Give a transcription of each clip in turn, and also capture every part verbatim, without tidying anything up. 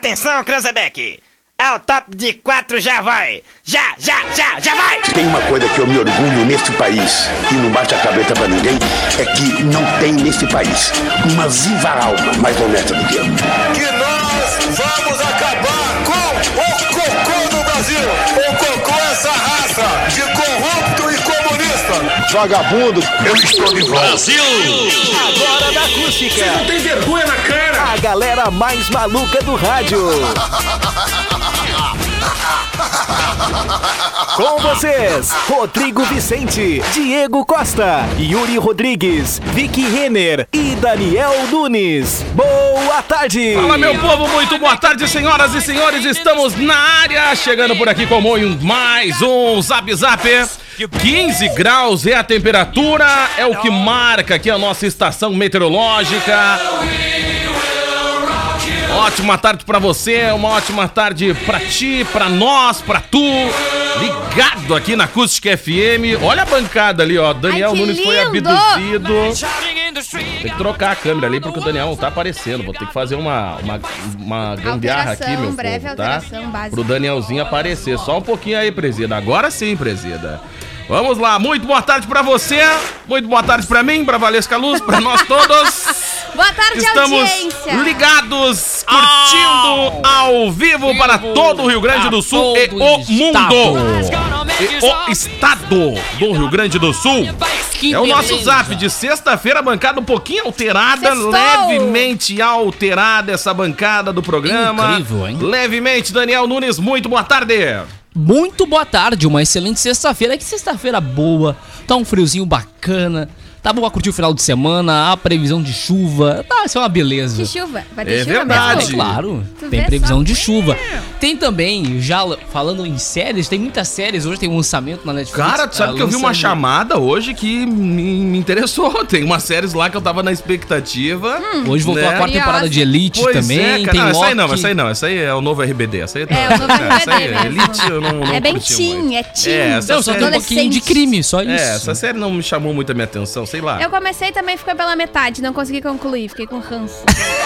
Atenção, Cranzebeck. É o top de quatro, já vai. Já, já, já, já vai. Tem uma coisa que eu me orgulho neste país, e não bate a cabeça pra ninguém, é que não tem neste país uma viva alma mais honesta do que eu. Que nós vamos acabar com o cocô do Brasil. O cocô é essa raça de corrupto e comunista. Vagabundo, eu estou de volta. Brasil! Agora da acústica. Você não tem vergonha na cara. A galera mais maluca do rádio. Com vocês, Rodrigo Vicente, Diego Costa, Yuri Rodrigues, Vicky Renner e Daniel Nunes. Boa tarde! Fala, meu povo, muito boa tarde, senhoras e senhores. Estamos na área, chegando por aqui com mais um Zap Zap. quinze graus é a temperatura, é o que marca aqui a nossa estação meteorológica. Ótima tarde pra você, uma ótima tarde pra ti, pra nós, pra tu. Ligado aqui na Acústica F M. Olha a bancada ali, ó. Daniel Ai, Nunes lindo. foi abduzido. Tem que trocar a câmera ali porque o Daniel não tá aparecendo. Vou ter que fazer uma, uma, uma gambiarra aqui, meu breve povo, tá? alteração básica. Pro Danielzinho aparecer. Só um pouquinho aí, presida. Agora sim, presida. Vamos lá, muito boa tarde pra você, muito boa tarde pra mim, pra Valesca Luz, pra nós todos. Boa tarde, Estamos audiência. ligados, curtindo oh, ao vivo vivo para todo o Rio Grande do Sul e o mundo. E o estado do Rio Grande do Sul. Que é o nosso beleza. zap de sexta-feira, bancada um pouquinho alterada, Sextou. levemente alterada essa bancada do programa. Incrível, hein? Levemente, Daniel Nunes, muito boa tarde. Muito boa tarde, uma excelente sexta-feira. Que sexta-feira boa, tá um friozinho bacana. Tá bom pra curtir o final de semana, a previsão de chuva. Tá, isso é uma beleza. De chuva. Vai ter É chuva verdade. mesmo? Claro, Tu tem vê previsão só. de chuva. Tem também, já falando em séries, tem muitas séries. Hoje tem um lançamento na Netflix. Cara, tu sabe ah, que eu vi uma lançamento. chamada hoje que me, me interessou. Tem umas séries lá que eu tava na expectativa. Hoje voltou né? a quarta temporada de Elite Pois também. é, cara. Tem não, essa aí não, Loki. essa aí não. Essa aí é o novo R B D. Essa aí tá- É, o novo R B D essa aí é mesmo. Elite, eu não, não É bem curti teen, muito. é teen. É, essa Não, só tem um série- pouquinho de Adolescente. crime, só isso. É, essa série não me chamou muito a minha atenção, sei lá. Eu comecei também, ficou pela metade, não consegui concluir, fiquei com ranço.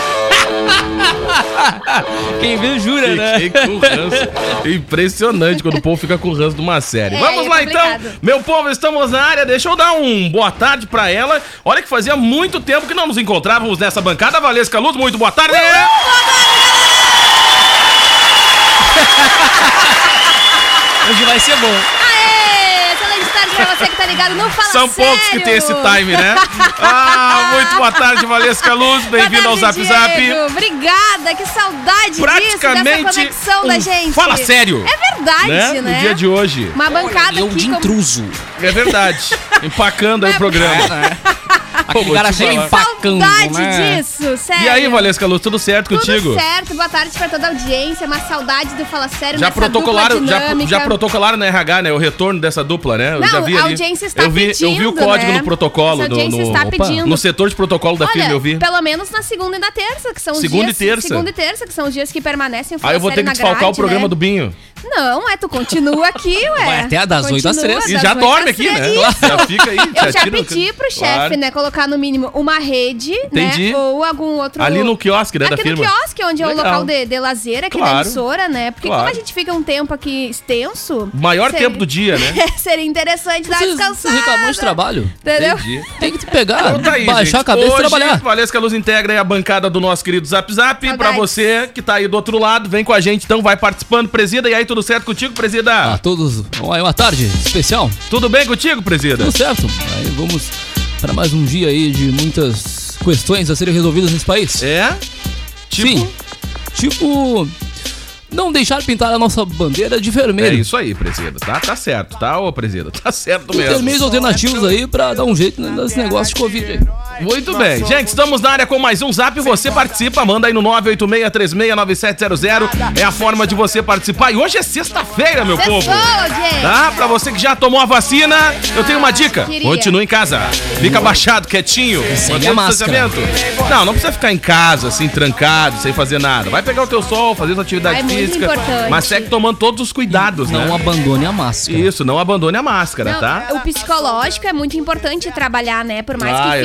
Quem viu jura, né? Fiquei com ranço. Impressionante quando o povo fica com ranço de uma série. É, Vamos é lá complicado. então, meu povo, estamos na área. Deixa eu dar um boa tarde pra ela. Olha que fazia muito tempo que não nos encontrávamos nessa bancada. Valesca Luz, muito boa tarde. Hoje vai ser bom. Aê! Excelente tarde pra você que tá ligado no Fala São Sério. poucos que tem esse time, né? Ah, muito boa tarde, Valesca Luz. Bem-vindo ao Boa Zap tarde, Zap. Diego. Obrigada, que saudade Praticamente disso, dessa conexão um da gente. Fala Sério. É verdade, né? No dia de hoje. Uma bancada Eu aqui de com- intruso. É verdade. Empacando aí o programa. Pô, Aquele vou cara te chega falar. empacando, Saudade né? disso, sério. E aí, Valesca Luz, tudo certo Tudo contigo? certo, boa tarde pra toda a audiência, uma saudade do Fala Sério Já nessa protocolaram, dupla já, dinâmica. já protocolaram na R H, né? O retorno dessa dupla, né? Eu Não, já vi a ali. audiência está eu vi, Eu vi o pedindo, código né? no protocolo, Essa do, audiência no, está pedindo. no setor de protocolo da Olha, firma, eu vi. pelo menos na segunda e na terça, que são os Segunda dias... e terça? Segunda e terça, que são os dias que permanecem o Fala Aí eu vou ter Sério que na desfalcar grade, o programa né? do Binho. Não, é, tu continua aqui, ué. Vai até das oito às Continua três. E das já oito dorme às aqui, três. né? Isso. Já fica aí. Eu já atira no- pedi pro chefe, Claro. né, colocar no mínimo uma rede, Entendi. né, ou algum outro... Ali no quiosque, né, da Aqui no firma. quiosque, onde é o Legal. local de, de lazer aqui Claro. da emissora, né, porque Claro. como a gente fica um tempo aqui extenso... Maior seria- tempo do dia, né? seria interessante dar Vocês descansada. reclamam de trabalho? Entendeu? Entendi. Tem que te pegar, Então tá aí, baixar gente. a cabeça Hoje, e trabalhar. Valesca Luz integra aí a bancada do nosso querido Zap Zap. Saudades. Pra você que tá aí do outro lado, vem com a gente, então vai participando, presida. E aí, tudo certo contigo, presida? A todos, uma uma tarde especial. Tudo bem contigo, presida? Tudo certo? Aí vamos para mais um dia aí de muitas questões a serem resolvidas nesse país. É? Tipo? Sim. Tipo, não deixar pintar a nossa bandeira de É vermelho. isso aí, presida. Tá, tá certo, tá, ô presida? Tá certo Tem mesmo. meios alternativos aí pra dar um jeito nesse negócio de Covid aí. Muito bem. Gente, estamos na área com mais um Zap. Você participa, manda aí no nove oito seis três seis nove sete zero zero. É a forma de você participar. E hoje é sexta-feira, meu Sextou, povo. gente. Tá? Pra você que já tomou a vacina, eu tenho uma dica. Queria. Continue em casa. Fica abaixado, quietinho. Sem mantém a o máscara. distanciamento. Não, não precisa ficar em casa, assim, trancado, sem fazer nada. Vai pegar o teu sol, fazer sua atividade É muito física. importante. Mas segue tomando todos os cuidados, Não né? abandone a máscara. Isso, não abandone a máscara, Não, tá? O psicológico é muito importante trabalhar, né? Por mais Ah, que é fique verdade. em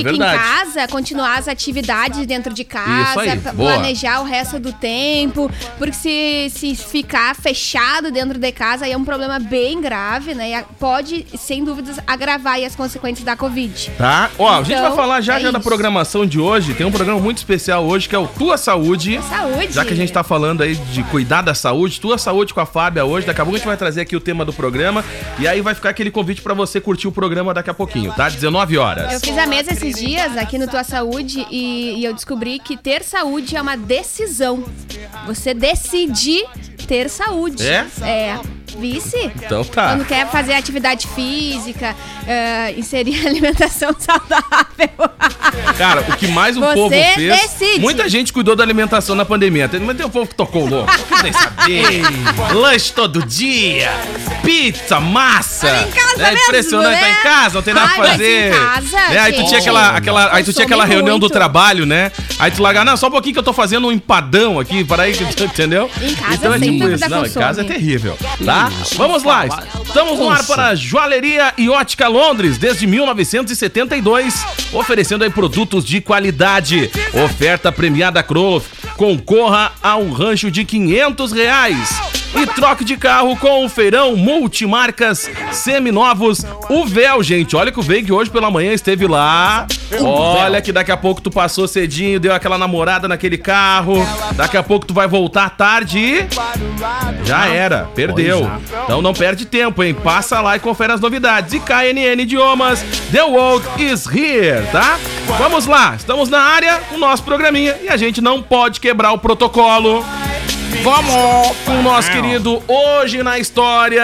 casa, continuar as atividades dentro de casa, Isso aí, pra- boa. planejar o resto do tempo, porque se, se ficar fechado dentro de casa, aí é um problema bem grave, né? E a- pode, sem dúvidas, agravar aí as consequências da Covid. Tá? Ó, a gente Então, vai falar já, é já da isso. programação de hoje. Tem um programa muito especial hoje que é o Tua Saúde. Saúde! Já que a gente tá falando aí de cuidar da saúde, Tua Saúde com a Fábia hoje. Daqui a pouco a gente vai trazer aqui o tema do programa. E aí vai ficar aquele convite pra você curtir o programa daqui a pouquinho, tá? dezenove horas. Eu fiz a mesa esses dias aqui no Tua Saúde e, e eu descobri que ter saúde é uma decisão. Você decidir ter saúde. É? É. Vice? Então tá. Quando quer fazer atividade física, eh, inserir alimentação saudável. Cara, o que mais o Você povo fez... decide. Muita gente cuidou da alimentação na pandemia. Tem- Mas tem o povo que tocou louco. Não nem saber. Lanche todo dia. Pizza, massa. Tá em casa É mesmo, impressionante. né? Tá em casa, não tem nada Ai, pra mas fazer. em casa, Né? Aí tu gente, tinha aquela, aquela, aí tu tinha aquela consome reunião do muito. trabalho, né? Aí tu larga, não, só um pouquinho que eu tô fazendo um empadão aqui, para aí, entendeu? Em casa, então é sem tipo dúvida, isso. Não, em consome. casa é terrível, tá? Vamos lá. Estamos no ar para Joalheria e Ótica Londres desde mil novecentos e setenta e dois, oferecendo aí produtos de qualidade. Oferta premiada Kroll. Concorra a um rancho de quinhentos reais. E troque de carro com o feirão multimarcas seminovos. O Véu, gente. Olha que o Veig hoje pela manhã esteve lá. Olha que daqui a pouco tu passou cedinho, deu aquela namorada naquele carro. Daqui a pouco tu vai voltar tarde e... Já era, perdeu. Então não perde tempo, hein? Passa lá e confere as novidades. E K N N Idiomas, The World is Here, tá? Vamos lá, estamos na área, o nosso programinha, e a gente não pode quebrar o protocolo. Vamos com o nosso querido Hoje na História.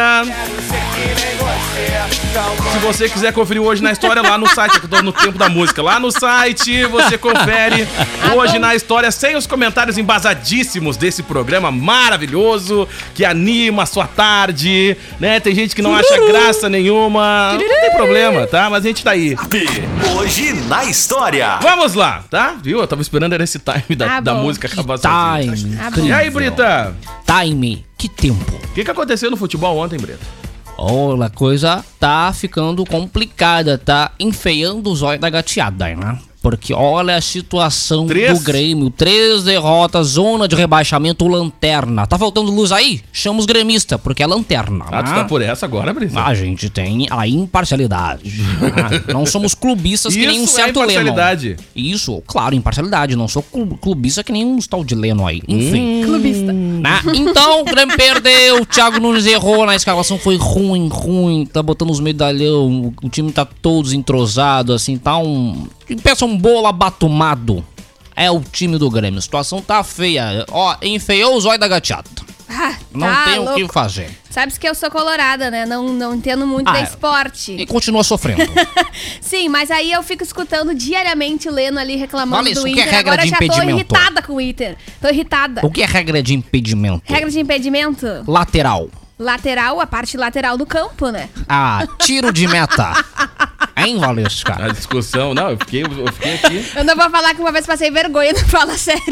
Se você quiser conferir Hoje na História lá no site, que eu tô no tempo da música, lá no site você confere Hoje na História sem os comentários embasadíssimos desse programa maravilhoso que anima a sua tarde, né? Tem gente que não acha graça nenhuma, não tem problema, tá? Mas a gente tá aí. Hoje na História. Vamos lá, tá? Viu? Eu tava esperando era esse time da, Ah, da bom. música acabar sozinho. Time. Ah, bom. E aí, Brita? Time. Que tempo. O que, que aconteceu no futebol ontem, Brita? Olha, a coisa tá ficando complicada, tá enfeiando os olhos da gateada, né? Porque olha a situação Três? do Grêmio. Três derrotas, zona de rebaixamento, lanterna. Tá faltando luz aí? Chama os gremistas, porque é lanterna. Ah, tu né? tá por essa agora, Brita? A gente tem a imparcialidade. Ah, não somos clubistas que nem um Isso é certo Lennon. imparcialidade. Isso, claro, imparcialidade. Não sou clu- clubista que nem um tal de Lennon aí. Enfim. Clubista. Né? Então, o Grêmio perdeu, o Thiago Nunes errou na escalação, foi ruim, ruim, tá botando os medalhão, o, o time tá todos entrosado, assim, tá um... Pensa um bolo abatumado. É o time do Grêmio, a situação tá feia. Ó, enfeiou os olhos da gateada. Ah, Não tá tem o louco. que fazer. Sabes que eu sou colorada, né? Não, não entendo muito Ah, de é. esporte. E continua sofrendo. Sim, mas aí eu fico escutando diariamente o Leno ali reclamando Vale, isso do que é Inter. regra Agora de já tô impedimento. irritada com o Inter. Tô irritada. O que é regra de impedimento? Regra de impedimento? Lateral. Lateral, a parte lateral do campo, né? Ah, tiro de meta. Hein, Valesca? A discussão, não, eu fiquei, eu fiquei aqui. Eu não vou falar que uma vez passei vergonha, não fala sério.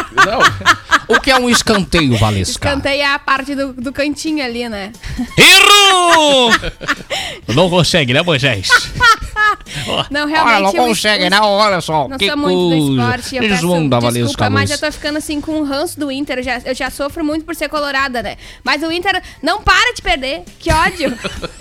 Não, O que é um escanteio, Valesca? Escanteio é a parte do, do cantinho ali, né? Erro! Não consegue, né, Moisés? Não, Olha, realmente... não os- consegue, os- né? Olha só, Não que sou muito do coisa. esporte, eu peço Desmanda, Valesca, desculpa, mas Luz. eu tô ficando assim com um ranço do Inter, eu já, eu já sofro muito por ser colorada, né? Mas o Inter não para de perder, que ódio!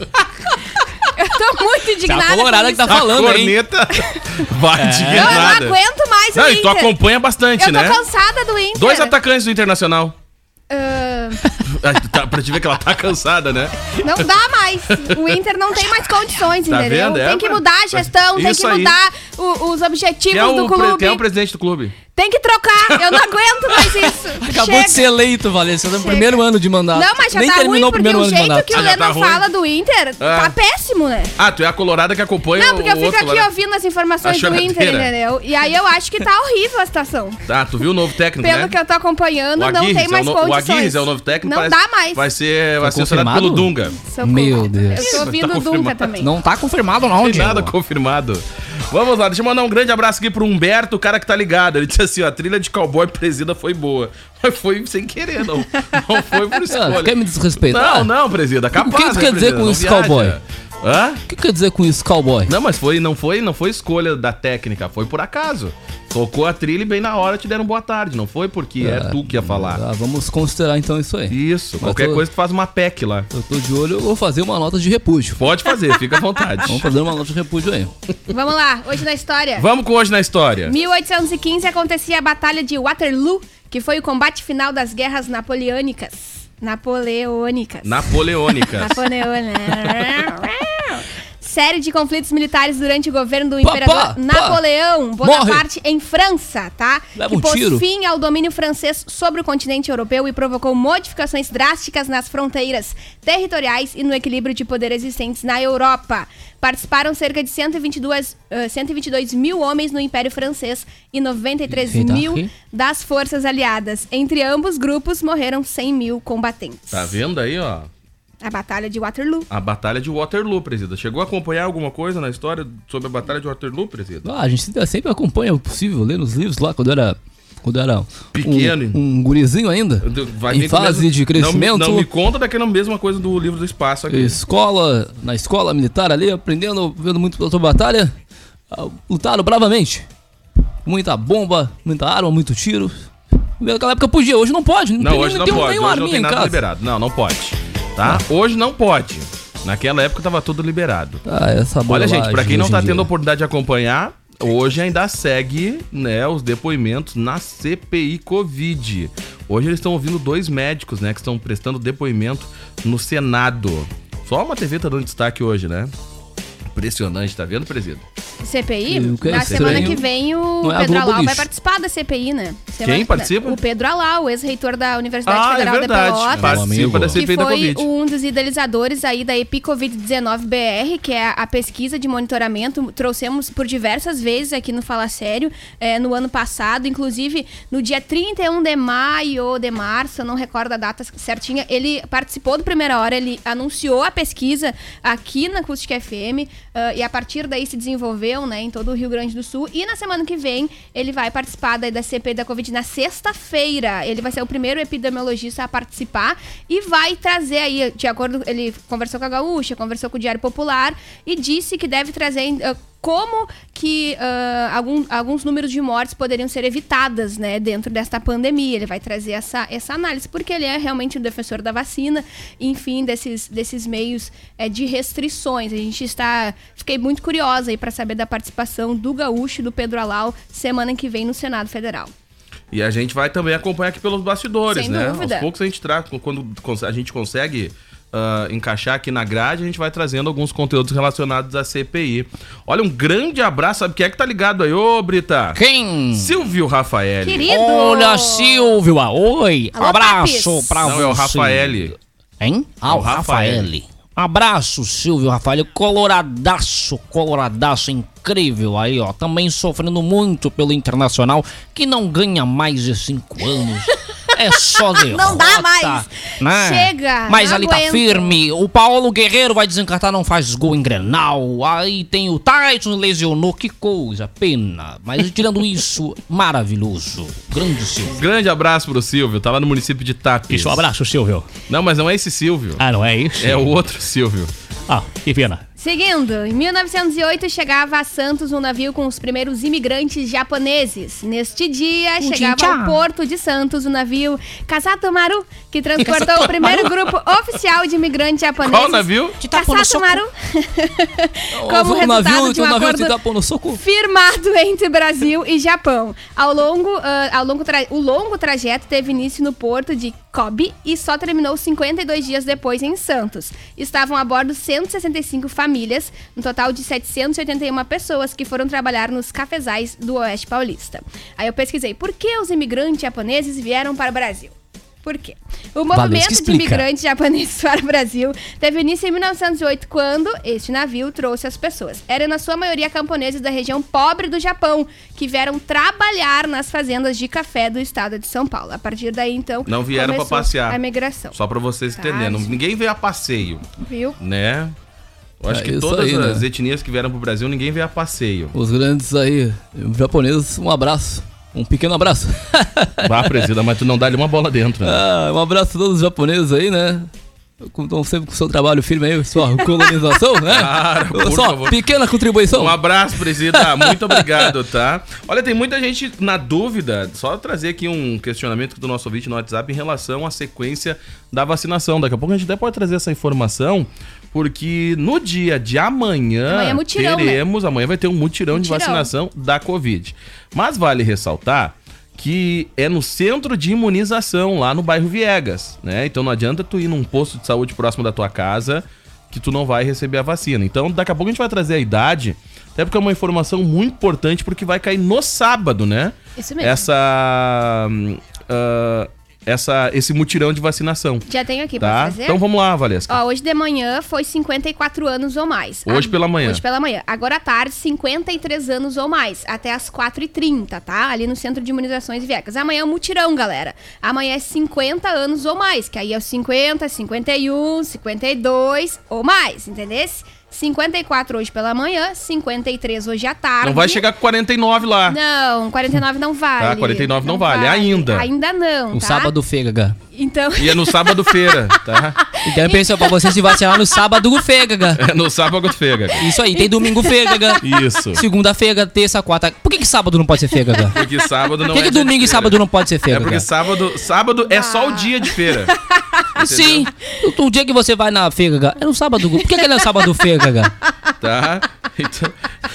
Eu tô muito indignada Tá a colorada com que tá isso. a falando, hein? corneta vai Eu indignada. não aguento mais Não, o e tu Inter. acompanha bastante, Eu tô né? cansada do Inter. Dois atacantes do Internacional. Ah, Ah, tá, pra te ver que ela tá cansada, né? não dá mais. O Inter não tem mais condições, Tá entendeu? vendo? É, Tem que mas- mudar a gestão, tem Isso que aí. mudar o- os objetivos Quem é, do o, pre- clube. quem é o presidente do clube? Tem que trocar. Eu não aguento mais isso. Acabou Chega. de ser eleito, Valesca, no Chega. primeiro ano de mandato. Não, mas já Nem tá ruim, terminou o porque primeiro o ano de jeito mandato. que o Ah, já tá Leno ruim? fala do Inter tá péssimo, né? Ah, tu é a colorada que acompanha Não, porque o eu fico outro aqui lá. ouvindo as informações A do Inter, choradeira. entendeu? E aí eu acho que tá horrível a situação. Tá, tu viu o novo técnico, Pelo né? que eu tô acompanhando, O não Aguirre tem é o mais no- condições. O Aguirre é o novo técnico. Não parece- dá mais. Vai ser, vai Foi ser selado confirmado? pelo Dunga. Socorro. Meu Deus. Eu tô ouvindo Tá o Dunga confirmado. também. Não tá confirmado não, Não tem Diego. nada confirmado. Vamos lá, deixa eu mandar um grande abraço aqui pro Humberto, o cara que tá ligado. Ele disse assim, ó, a trilha de cowboy presida foi boa. Mas foi sem querer, não. Não foi por Ah, escolha. quer me desrespeitar? Não, não, presida, capaz. O que tu né, quer dizer presida? com Não esse viaja. cowboy? Hã? O que quer dizer com isso, cowboy? Não, mas foi, não foi, não foi escolha da técnica, foi por acaso. Tocou a trilha e bem na hora te deram boa tarde, não foi porque é, é tu que ia falar. Ah, vamos considerar então isso aí. Isso, Mas qualquer tô, coisa tu faz uma P E C lá. Eu tô de olho, eu vou fazer uma nota de repúdio. Pode fazer, fica à vontade. Vamos fazer uma nota de repúdio aí. Vamos lá, hoje na história. Vamos com hoje na história. mil oitocentos e quinze acontecia a Batalha de Waterloo, que foi o combate final das guerras napoleônicas. Napoleônicas. Napoleônicas. Napoleônicas. Série de conflitos militares durante o governo do Pá, imperador pá, pá. Napoleão Bonaparte em França, tá? Leva que um pôs tiro. fim ao domínio francês sobre o continente europeu e provocou modificações drásticas nas fronteiras territoriais e no equilíbrio de poder existentes na Europa. Participaram cerca de cento e vinte e dois, uh, cento e vinte e dois mil homens no Império Francês e noventa e três mil das forças aliadas. Entre ambos grupos morreram cem mil combatentes. Tá vendo aí, ó? A Batalha de Waterloo. A Batalha de Waterloo, presida. Chegou a acompanhar alguma coisa na história sobre a Batalha de Waterloo, presida? Ah, a gente sempre- sempre acompanha o possível, lê nos livros lá, quando era, quando era Pequeno. um, um gurizinho ainda, Vai em vir com o fase mesmo- de crescimento. Não, me- não me conta daquela mesma coisa do livro do espaço aqui. Escola, na escola militar ali, aprendendo, vendo muito sobre batalha, ah, lutaram bravamente. Muita bomba, muita arma, muito tiro. Naquela época podia, hoje não pode. Não, tem, hoje não tem, pode. Tem Hoje uma não arminha tem em nada casa. liberado. Não, não pode. Tá? Hoje não pode. Naquela época tava tudo liberado. Ah, essa Olha, gente, pra quem não hoje tá em tendo a dia. oportunidade de acompanhar, hoje ainda segue, né, os depoimentos na C P I Covid. Hoje eles estão ouvindo dois médicos, né, que estão prestando depoimento no Senado. Só uma T V tá dando destaque hoje, né? Impressionante, tá vendo, presida? C P I? E o que é Na semana estranho que vem o não é a Pedro Globo Alau vai Lixo. participar da C P I, né? Semana- Quem participa? O Pedro Alau, ex-reitor da Universidade Ah, é Federal de verdade. Pelotas. Participa da C P I Que da foi Covid. um dos idealizadores aí da EpiCovid dezenove B R, que é a pesquisa de monitoramento. Trouxemos por diversas vezes aqui no Fala Sério, é, no ano passado. Inclusive, no dia trinta e um de maio ou de março, eu não recordo a data certinha, ele participou do Primeira Hora, ele anunciou a pesquisa aqui na Acústica F M, ah, e a partir daí se desenvolveu, né, em todo o Rio Grande do Sul. E na semana que vem, ele vai participar daí da C P I da Covid na sexta-feira. Ele vai ser o primeiro epidemiologista a participar e vai trazer aí, de acordo, ele conversou com a Gaúcha, conversou com o Diário Popular e disse que deve trazer uh, como que uh, algum, alguns números de mortes poderiam ser evitadas, né, dentro desta pandemia. Ele vai trazer essa, essa análise, porque ele é realmente um defensor da vacina, enfim, desses, desses meios é, de restrições. A gente está... Fiquei muito curiosa aí para saber da participação do Gaúcho e do Pedro Alau semana que vem no Senado Federal. E a gente vai também acompanhar aqui pelos bastidores, Sem né? dúvida. Aos poucos a gente traz, quando a gente consegue ah, encaixar aqui na grade, a gente vai trazendo alguns conteúdos relacionados à C P I. Olha, um grande abraço, sabe quem é que tá ligado aí? Ô, Brita! Quem? Silvio Rafael. Querido! Olha, Silvio, ah, oi, Alô, abraço papis. pra você. Não, é o Rafael. Hein? Ah, É o o Rafael. Abraço, Silvio Rafael, coloradaço, coloradaço, incrível aí, ó. Também sofrendo muito pelo Internacional, que não ganha mais de cinco anos. É só derrota. Não dá mais. Né? Chega, Mas não ali tá aguento. firme. O Paulo Guerreiro vai desencartar, não faz gol em Grenal. Aí tem o Tyson, lesionou, que coisa, pena. Mas tirando isso, maravilhoso. Grande Silvio. Grande abraço pro Silvio, tá lá no município de Tapes. Isso, um abraço, Silvio. Não, mas não é esse Silvio. Ah, não é isso? É o outro Silvio. Ah, que pena. Seguindo, em mil novecentos e oito chegava a Santos um navio com os primeiros imigrantes japoneses. Neste dia, chegava tchau. ao porto de Santos o navio Kasato Maru, que transportou o primeiro grupo oficial de imigrantes japoneses. Qual navio? Kasato Maru. Como o resultado navio, de um o navio acordo te dá pão no soco? firmado entre Brasil e Japão. Ao longo, ah, ao longo tra- o longo trajeto teve início no porto de Kobe e só terminou cinquenta e dois dias depois em Santos. Estavam a bordo cento e sessenta e cinco famílias, um total de setecentas e oitenta e uma pessoas que foram trabalhar nos cafezais do Oeste Paulista. Aí eu pesquisei, por que os imigrantes japoneses vieram para o Brasil? Por quê? O Valeu, movimento que de explica. imigrantes japoneses para o Brasil teve início em mil novecentos e oito, quando este navio trouxe as pessoas. Eram, na sua maioria, camponeses da região pobre do Japão, que vieram trabalhar nas fazendas de café do estado de São Paulo. A partir daí, então, Não vieram pra começou passear. a migração. Só pra vocês Ah, entenderem. isso. Ninguém veio a passeio, Viu? né? Eu acho É que isso todas aí, as né? etnias que vieram pro Brasil, ninguém veio a passeio. Os grandes aí, japoneses, um abraço. Um pequeno abraço. Vá, presida, mas tu não dá-lhe uma bola dentro, né? Ah, um abraço a todos os japoneses aí, né? Como sempre com o seu trabalho firme aí, sua colonização, né? Claro, por Só, favor. pequena contribuição. Um abraço, presida. Muito obrigado, tá? Olha, tem muita gente na dúvida. Só trazer aqui um questionamento do nosso ouvinte no WhatsApp em relação à sequência da vacinação. Daqui a pouco a gente até pode trazer essa informação, porque no dia de amanhã, Amanhã é mutirão, teremos, amanhã vai ter um mutirão, Mutirão. de vacinação da Covid. Mas vale ressaltar que é no centro de imunização, lá no bairro Viegas, né? Então não adianta tu ir num posto de saúde próximo da tua casa que tu não vai receber a vacina. Então daqui a pouco a gente vai trazer a idade, até porque é uma informação muito importante, porque vai cair no sábado, né? Isso mesmo. Essa... Uh, essa, esse mutirão de vacinação. Já tenho aqui Tá? pra fazer. Então vamos lá, Valesca. Ó, hoje de manhã foi cinquenta e quatro anos ou mais. Hoje A- pela manhã. Hoje pela manhã. Agora à tarde, cinquenta e três anos ou mais. Até às quatro e trinta, tá? Ali no Centro de Imunizações Viegas. Amanhã é um mutirão, galera. Amanhã é cinquenta anos ou mais. Que aí é o cinquenta, cinquenta e um, cinquenta e dois ou mais, entendeu? cinquenta e quatro hoje pela manhã, cinquenta e três hoje à tarde. Não vai chegar com quarenta e nove lá. Não, quarenta e nove não vale. Tá, quarenta e nove não vale, ainda. Ainda não, Um tá? sábado fêgaga. Então... E é no sábado feira, tá? Então eu penso pra você se vacinar no sábado fêgaga. É no sábado feira. Isso aí, tem domingo fêgaga. Isso. Segunda fêgaga, terça, quarta. Por que, que sábado não pode ser fêgaga? Porque sábado não Por que, é que dia de domingo e feira. sábado não pode ser É fêgaga? porque sábado, sábado é só o dia de feira. Sim, o, o dia que você vai na fêgaga é no sábado. Por que, que não é sábado fêgaga? Tá? Então...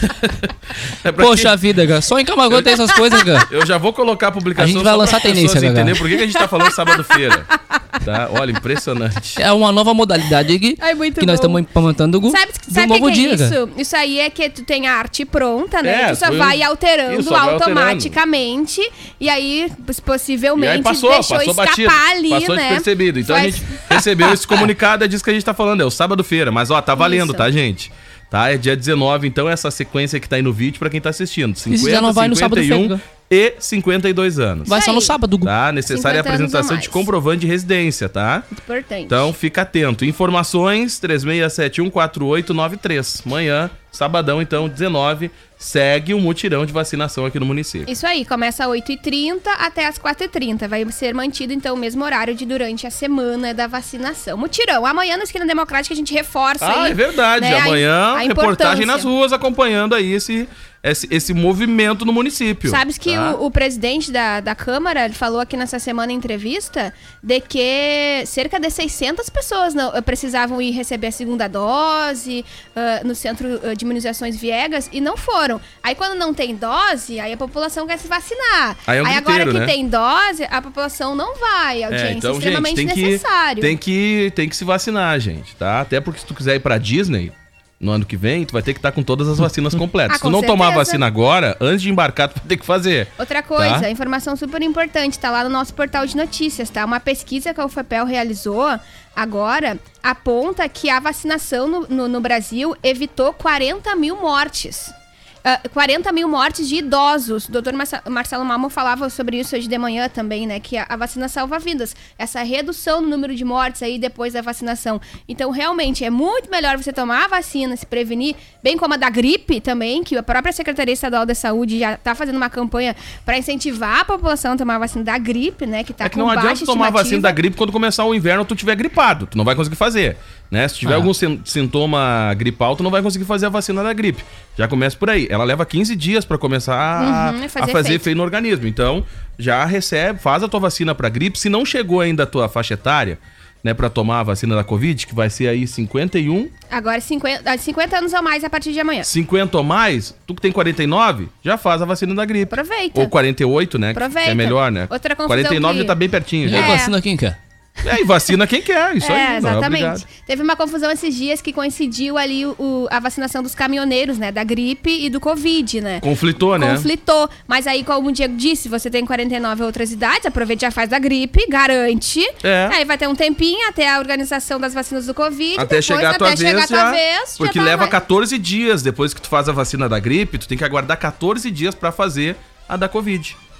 é pra Poxa quem- vida, cara. Só em Camagoa tem essas coisas, cara. Eu já vou colocar a publicação A gente vai só lançar para as tendência, pessoas Gaga. entender por que que a gente tá falando sábado-feira. Tá? Olha, impressionante. É uma nova modalidade que, Ai, muito que nós bom. estamos implementando do, Sabe, do sabe o novo que, que dia, é cara. isso? Isso aí é que tu tem a arte pronta, né? É, tu só foi um- vai alterando Isso, só vai automaticamente. E aí, pos- E possivelmente, aí passou, deixou passou escapar batido, ali, passou né? despercebido. Então Vai- a gente recebeu esse comunicado, é disso que a gente tá falando, é o sábado-feira. Mas ó, tá valendo, Isso. tá, gente? Tá, é dia dezenove, então essa sequência que tá aí no vídeo pra quem tá assistindo. cinquenta, já não vai no sábado cinquenta e um feira. e cinquenta e dois anos. Vai Isso só no aí. sábado. Tá? Necessária a cinquenta anos apresentação ou de mais. comprovante de residência, tá? Importante. Então fica atento. Informações três seis sete um quatro oito nove três. Amanhã, sabadão, então, dezenove, segue o mutirão de vacinação aqui no município. Isso aí, começa às oito e trinta até às quatro e trinta. Vai ser mantido, então, o mesmo horário de durante a semana da vacinação. Mutirão. Amanhã, na Esquina Democrática, a gente reforça Ah, aí, é verdade. né, a- Amanhã, a reportagem importância. nas ruas acompanhando aí esse, esse, esse movimento no município. Sabes que tá? o, o presidente da, da Câmara ele falou aqui nessa semana em entrevista de que cerca de seiscentas pessoas não, precisavam ir receber a segunda dose ah, no Centro ah, de Imunizações Viegas e não foram. Aí quando não tem dose, aí a população quer se vacinar. Aí é um agora griteiro, que né? tem dose, a população não vai. A audiência É, então, gente, extremamente tem que, necessário. tem, que, tem que se vacinar, gente, tá? Até porque se tu quiser ir pra Disney no ano que vem, tu vai ter que estar com todas as vacinas completas. Ah, se tu com não tomar a certeza. vacina agora, antes de embarcar, tu vai ter que fazer. Outra coisa, Tá? informação super importante, tá lá no nosso portal de notícias, tá? Uma pesquisa que a U F P E L realizou agora aponta que a vacinação no, no, no Brasil evitou quarenta mil mortes. Ah, quarenta mil mortes de idosos. O doutor Marce- Marcelo Malmo falava sobre isso hoje de manhã também, né? Que a, a vacina salva vidas. Essa redução no número de mortes aí depois da vacinação. Então, realmente, é muito melhor você tomar a vacina, se prevenir, bem como a da gripe também, que a própria Secretaria Estadual da Saúde já tá fazendo uma campanha para incentivar a população a tomar a vacina da gripe, né? Que tá É que com não adianta baixa tomar a vacina estimativa. da gripe quando começar o inverno ou tu tiver gripado. Tu não vai conseguir fazer, né? Se tiver Ah. algum sin- sintoma gripal, tu não vai conseguir fazer a vacina da gripe. Já começa por aí. Ela leva quinze dias pra começar a, Uhum, a fazer fazer, efeito. efeito no organismo. Então, já recebe, faz a tua vacina pra gripe. Se não chegou ainda a tua faixa etária, né, pra tomar a vacina da Covid, que vai ser aí cinquenta e um, Agora, cinquenta, ah, cinquenta anos ou mais a partir de amanhã. cinquenta ou mais, tu que tem quarenta e nove, já faz a vacina da gripe. Aproveita. Ou quarenta e oito, né? que Aproveita. é melhor, né? Outra confusão quarenta e nove que- já tá bem pertinho. E Já. aí, É. vacina quem quer? É, e vacina quem quer, isso é, aí. não é exatamente. obrigado. Teve uma confusão esses dias que coincidiu ali o, o- a vacinação dos caminhoneiros, né? Da gripe e do Covid, né? Conflitou, né? Conflitou. Mas aí, como o Diego disse, você tem quarenta e nove outras idades, aproveita e já faz da gripe, garante. É. Aí vai ter um tempinho até a organização das vacinas do Covid. Até depois, chegar a tua até chegar vez a tua já, vez, porque já tá leva mais. quatorze dias depois que tu faz a vacina da gripe, tu tem que aguardar quatorze dias pra fazer a da Covid.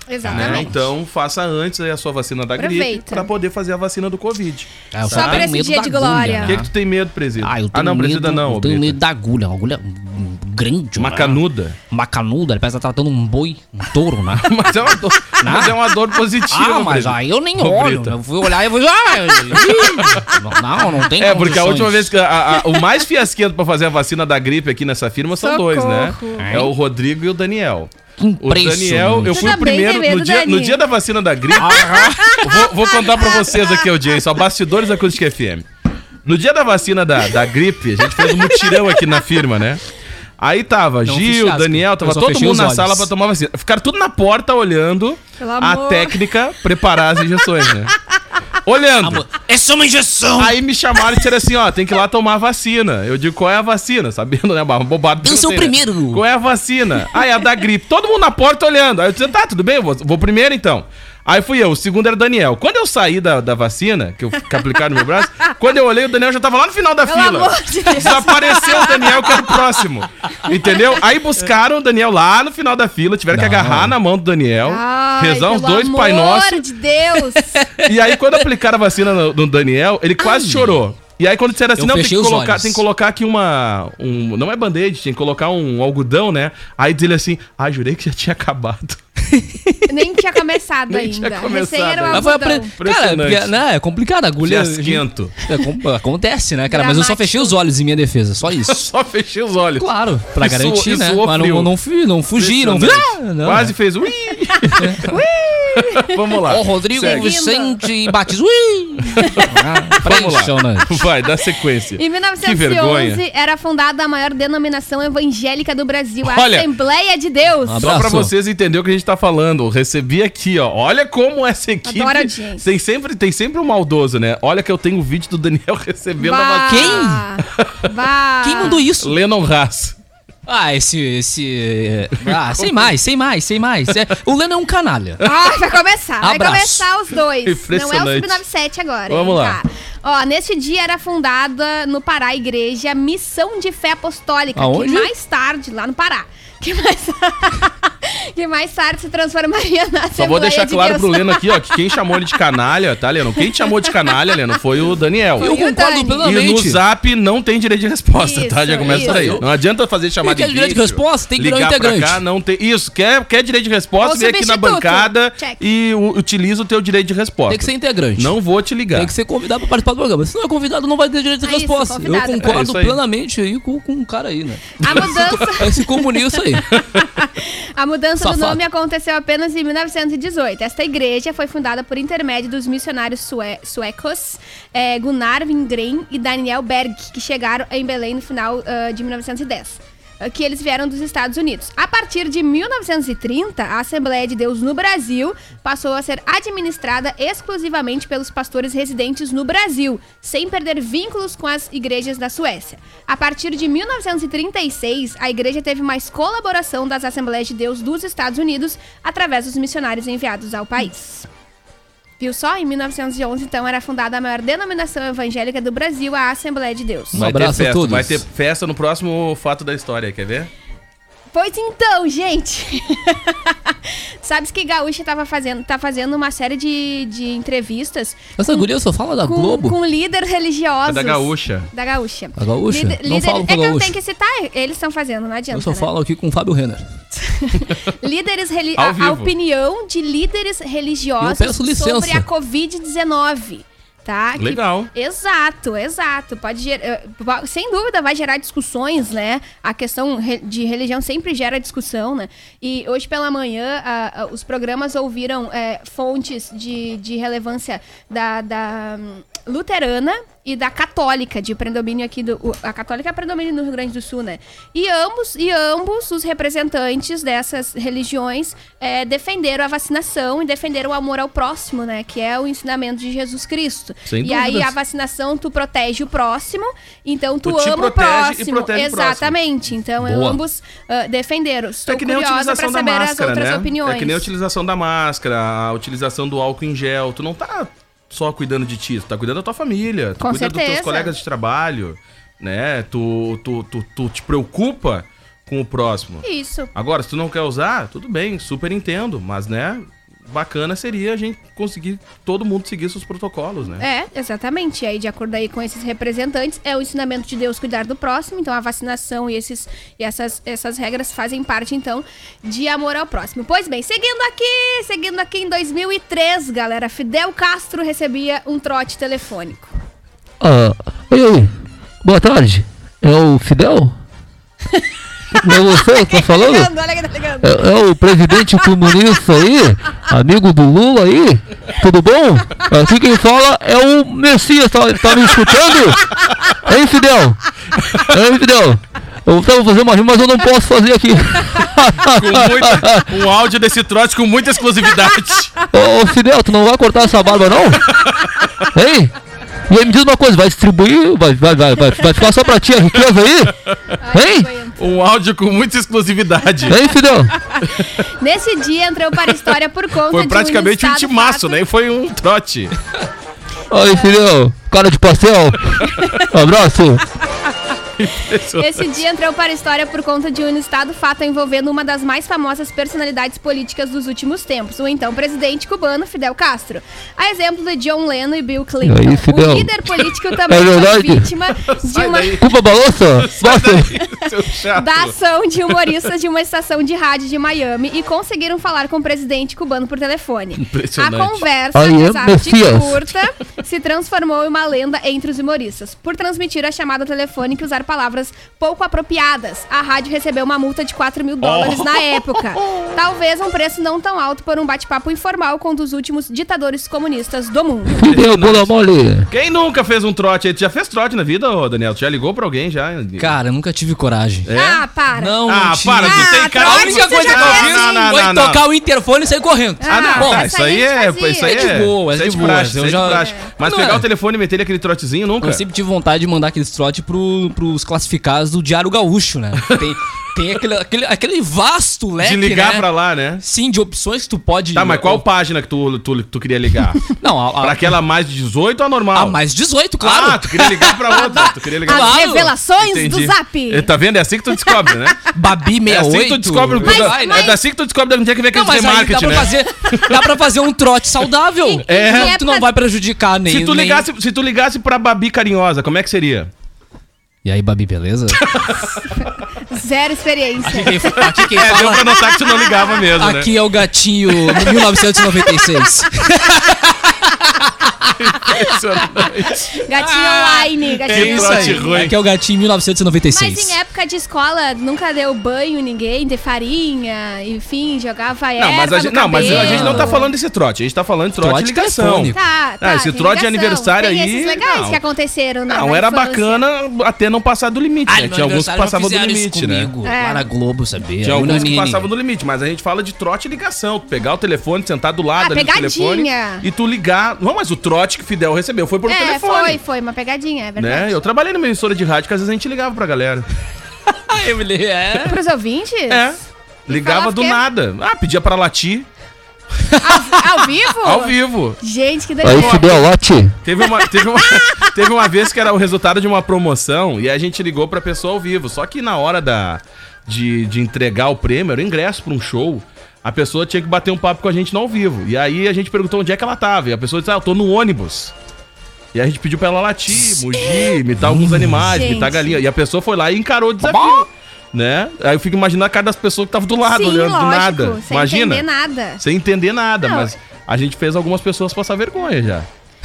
Exatamente. Né? Então, faça antes aí a sua vacina da gripe Aproveita. pra poder fazer a vacina do Covid. Ah, eu Só tenho por esse medo dia da de agulha, glória. O né? que, que tu tem medo, presídio? Ah, eu tenho ah, não, medo, presídio não. eu tenho Brita. medo da agulha, uma agulha grande. Uma né? canuda. Uma canuda, ele parece que tá tratando um boi, um touro, né? Mas é uma dor, mas é uma dor positiva. Ah, mas presídio. aí eu nem Ô, olho. Brita. Eu fui olhar e vou. Ah, não, não tem É, porque a condições. última vez que. a- a- o mais fiasquento pra fazer a vacina da gripe aqui nessa firma são dois, né? Socorro. É o Rodrigo e o Daniel. Que O Daniel, eu Tu fui o também primeiro. tem medo, No dia, Dani? no dia da vacina da gripe. vou, vou contar pra vocês aqui, audiência. Ó, bastidores da Acústica F M. No dia da vacina da, da gripe, a gente fez um mutirão aqui na firma, né? Aí tava Não, Gil, fiasco. Daniel, tava Eu só todo fechei mundo os na olhos. sala pra tomar vacina. Ficaram tudo na porta olhando Pelo a amor. técnica preparar as injeções, né? Olhando. Amor, é só uma injeção. Aí me chamaram e disseram assim, ó, tem que ir lá tomar a vacina. Eu digo, qual é a vacina? Sabendo, né, uma bobada. Eu sou o né? primeiro. Qual é a vacina? Ah, é a da gripe. Todo mundo na porta olhando. Aí eu disse, tá, tudo bem, eu vou, vou primeiro então. Aí fui eu, o segundo era o Daniel. Quando eu saí da, da vacina, que eu que aplicaram no meu braço, quando eu olhei, o Daniel já tava lá no final da Pelo fila. amor de Deus. Desapareceu o Daniel, que era o próximo. Entendeu? Aí buscaram o Daniel lá no final da fila, tiveram que Não. agarrar na mão do Daniel, Ai, rezar uns pelo dois amor Pai Nosso. de Deus. E aí, quando aplicaram a vacina no, no Daniel, ele quase chorou. E aí, quando disseram assim, Eu não, tem que, fechei os colocar, olhos. tem que colocar aqui uma... Um, não é band-aid, tem que colocar um algodão, né? Aí diz ele assim, ah, jurei que já tinha acabado. Nem tinha começado Nem ainda. tinha começado Recém era o ainda. Mas foi a algodão. pre... Cara, Impressionante. porque, né, é complicado a agulha. Fiasquento. É, com- acontece, né, cara? Mas eu só Dramático. fechei os olhos em minha defesa, só isso. Só fechei os olhos. Claro, pra E suou- garantir, e né? suou Mas frio. não, não, fui, não fugi, não. Impressionante. Ah, não, Quase né? fez ui. Vamos lá. Ó, Rodrigo Segue. Vicente e Batista. Ui! Ah, Vamos lá. impressionante. Vai, dá sequência. Em mil Que novecentos e vergonha. onze era fundada a maior denominação evangélica do Brasil, a Olha. Assembleia de Deus. Um Só pra abraço. vocês entenderem o que a gente tá falando, eu recebi aqui, ó. Olha como essa equipe. Adoro audiência. Tem sempre, tem sempre um maldoso, né? Olha que eu tenho o vídeo do Daniel recebendo a Bah. vacina. Bah. Quem mandou isso? Lennon Haas. Ah, esse. esse. Ah, sem mais, sem mais, sem mais. É, o Leno é um canalha. Ai, vai começar. Vai Abraço. começar os dois. Não é o Impressionante. Sub noventa e sete agora. Vamos hein, lá. tá? Ó, neste dia era fundada no Pará a igreja Missão de Fé Apostólica. Aonde? Que mais tarde, lá no Pará. Que mais, que mais tarde se transformaria na Assembleia Só vou deixar de claro Deus. pro Leno aqui, ó, que quem chamou ele de canalha, tá, Leno? Quem te chamou de canalha, Leno, foi o Daniel. Eu E o concordo Dani? E no plenamente. Zap não tem direito de resposta, Isso, tá? Já começa isso. daí. Não adianta fazer chamada Quer de direito de vídeo, resposta? Tem que virar um ligar pra integrante. cá, não tem. Isso, quer, quer direito de resposta, Ou vem aqui na substituto. bancada Check. e u- utiliza o teu direito de resposta. Tem que ser integrante. Não vou te ligar. Tem que ser convidado pra participar do programa. Se não é convidado, não vai ter direito de É isso, resposta. Eu convidado. É concordo isso aí. plenamente aí com, com o cara aí, né? A mudança, Esse comunista aí. a mudança do Safado. nome aconteceu apenas em mil novecentos e dezoito. Esta igreja foi fundada por intermédio dos missionários sue- suecos eh, Gunnar Wingren e Daniel Berg, que chegaram em Belém no final ah, de mil novecentos e dez. ah, Que eles vieram dos Estados Unidos. A partir de mil novecentos e trinta, a Assembleia de Deus no Brasil passou a ser administrada exclusivamente pelos pastores residentes no Brasil, sem perder vínculos com as igrejas da Suécia. A partir de mil novecentos e trinta e seis, a igreja teve mais colaboração das Assembleias de Deus dos Estados Unidos através dos missionários enviados ao país. Viu só? Em mil novecentos e onze, então, era fundada a maior denominação evangélica do Brasil, a Assembleia de Deus. Um Vai ter abraço a festa, todos. vai ter festa no próximo fato da história, quer ver? Pois então, gente. Sabes que Gaúcha tava fazendo, tá fazendo uma série de, de entrevistas Essa guria só fala da com, Globo. com líderes religiosos. É da Gaúcha. Da Gaúcha. Da Gaúcha? Líder, Não líder- falo com é que a não Gaúcha. tem que citar, eles estão fazendo, não adianta. Eu só né? falo aqui com o Fábio Renner. Líderes reli- Ao a, a vivo. opinião de líderes religiosos Eu peço licença. sobre a covid dezenove. Tá? Que- Legal. Exato, exato. Pode ger- eh, po- sem dúvida vai gerar discussões, né? A questão re- de religião sempre gera discussão, né? E hoje pela manhã a- a- os programas ouviram eh, fontes de, de relevância da, da hum, luterana e da católica, de predomínio aqui do... o- A católica é predomínio no Rio Grande do Sul, né? E ambos, e ambos os representantes dessas religiões eh, defenderam a vacinação e defenderam o amor ao próximo, né? Que é o ensinamento de Jesus Cristo. Sem e aí dúvidas. a vacinação, tu protege o próximo, então tu, Tu te ama o protege e próximo. protege o próximo. Exatamente. Então Boa. ambos ah, defenderam. Estou É que nem a curiosa pra utilização da saber as máscara, outras né? opiniões. É que nem a utilização da máscara, a utilização do álcool em gel. Tu não tá só cuidando de ti, tu tá cuidando da tua família, tu Com cuida dos teus certeza. colegas de trabalho, né? Tu, tu, tu, tu te preocupa com o próximo. Isso. Agora, se tu não quer usar, tudo bem, super entendo, mas né, bacana seria a gente conseguir todo mundo seguir seus protocolos, né? É, exatamente. E aí, de acordo aí com esses representantes, é o ensinamento de Deus cuidar do próximo. Então, a vacinação e, esses, e essas, essas regras fazem parte, então, de amor ao próximo. Pois bem, seguindo aqui, seguindo aqui em dois mil e três, galera, Fidel Castro recebia um trote telefônico. Ah, oi, oi. Boa tarde. É o Fidel? Não é você que tá falando? Ligando, olha quem tá ligando. É, é o presidente comunista aí, amigo do Lula aí, tudo bom? Aqui quem fala é o Messias, tá, tá me escutando? Hein, Fidel? Hein, Fidel? Eu tava fazendo uma rima, mas eu não posso fazer aqui. Com muita, um áudio desse trote com muita exclusividade. Ô, ô, Fidel, tu não vai cortar essa barba, não? Hein? E aí me diz uma coisa, vai distribuir, vai, vai, vai, vai, vai ficar só pra ti a riqueza aí? Hein? Um áudio com muita exclusividade. Hein, Fidel? Nesse dia entrou para a história por conta Foi de praticamente um um inusitado timaço, fato. né? Foi um trote. Aí, Fidel, cara de pastel. Abraço. Esse dia entrou para a história por conta de um inusitado fato envolvendo uma das mais famosas personalidades políticas dos últimos tempos, o então presidente cubano Fidel Castro. A exemplo de John Lennon e Bill Clinton. E aí, Fidel? O líder político também É foi verdade? vítima de uma... Cuba balança? Basta. Seu chato. da ação de humoristas de uma estação de rádio de Miami e conseguiram falar com o presidente cubano por telefone. Impressionante. A conversa, Aí é apesar de Messias. curta, se transformou em uma lenda entre os humoristas. Por transmitir a chamada telefônica e usar palavras pouco apropriadas, a rádio recebeu uma multa de quatro mil dólares na época. Talvez um preço não tão alto por um bate-papo informal com um dos últimos ditadores comunistas do mundo. Fidel, bola mole. Quem nunca fez um trote aí? Tu já fez trote na vida, ô Daniel? Tu já ligou pra alguém já? Cara, eu nunca tive coragem. É? Ah, para. Não, Ah, não tive. para, tu tem Ah, cara... trote A única você coisa já que eu fez, fiz sim. não, foi não, não. tocar o interfone e sair correndo. Ah, não, bom, tá, essa isso aí aí a é, gente fazia. isso aí É de boa, é isso de praxe, boa, isso eu é de já- praxe. Mas Não, pegar é. o telefone e meter ele aquele trotezinho, nunca? Eu sempre tive vontade de mandar aqueles trote pro, pros classificados do Diário Gaúcho, né? Tem, tem aquele, aquele, aquele vasto leque, De ligar né? pra lá, né? Sim, de opções que tu pode... Tá, mas qual página que tu, tu, tu queria ligar? Não, a, a, Pra aquela mais de dezoito ou a normal? a mais dezoito, claro. Ah, tu queria ligar pra outra. Tu queria ligar As pra Claro. revelações Entendi. do Zap. É, tá vendo? É assim que tu descobre, né? Babi É sessenta e oito. assim que tu descobre. Mas, é, vai, é né? assim que tu descobre onde é que vem Não, aquele mas aí dá remarketing, pra, né? fazer, dá pra fazer um trote saudável. É. Tu não vai prejudicar nem... Se tu, nem- ligasse, se tu ligasse pra Babi Carinhosa, como é que seria? E aí, Babi, beleza? Zero experiência. Aqui quem, aqui quem É, deu fala... pra notar que tu não ligava mesmo, né? Aqui é o gatinho mil novecentos e noventa e seis. Impressionante. Gatinho Ah, online, gatinho que online. trote ruim. Aqui é o gatinho mil novecentos e noventa e Mas seis. em época de escola, nunca deu banho ninguém, de farinha, enfim, jogava erva Não, mas a, gente, no não, mas a cabelo. gente não tá falando desse trote, a gente tá falando de trote, Trote de ligação. telefônico. Tá, tá. Ah, esse tem trote de ligação. aniversário tem aí, esses legais não. que aconteceram na Não, na era infância. bacana até não passar do limite, Ah, né? no Tinha alguns que aniversário já passavam do fizeram isso limite, né? comigo, É. lá na Globo, sabia? Tinha alguns que Unanine. passavam do limite, mas a gente fala de trote e ligação. Tu pegar o telefone, sentar do lado Ah, ali do telefone pegadinha. e tu ligar. Não, mas o trote que o Fidel recebeu foi por É, telefone. foi, foi uma pegadinha, é verdade. Né? Eu trabalhei numa emissora de rádio que às vezes a gente ligava pra galera. Ah, Emily, é... Pros ouvintes? É. Ligava falava do o quê? nada. Ah, pedia pra latir. Ao, ao vivo? Ao vivo. Gente, que Aí, delícia. Fidel, late. Teve uma, teve, uma, teve uma vez que era o resultado de uma promoção e a gente ligou pra pessoa ao vivo. Só que na hora da, de, de entregar o prêmio, era o ingresso pra um show, a pessoa tinha que bater um papo com a gente no ao vivo. E aí a gente perguntou onde é que ela tava. E a pessoa disse, ah, eu tô no ônibus. E a gente pediu pra ela latir, mugir, imitar alguns animais, Gente. imitar galinha. E a pessoa foi lá e encarou o desafio. Né? Aí eu fico imaginando a cara das pessoas que estavam do lado, Sim, olhando lógico, do nada. sem Imagina. entender nada. Sem entender nada, Não. mas a gente fez algumas pessoas passar vergonha já.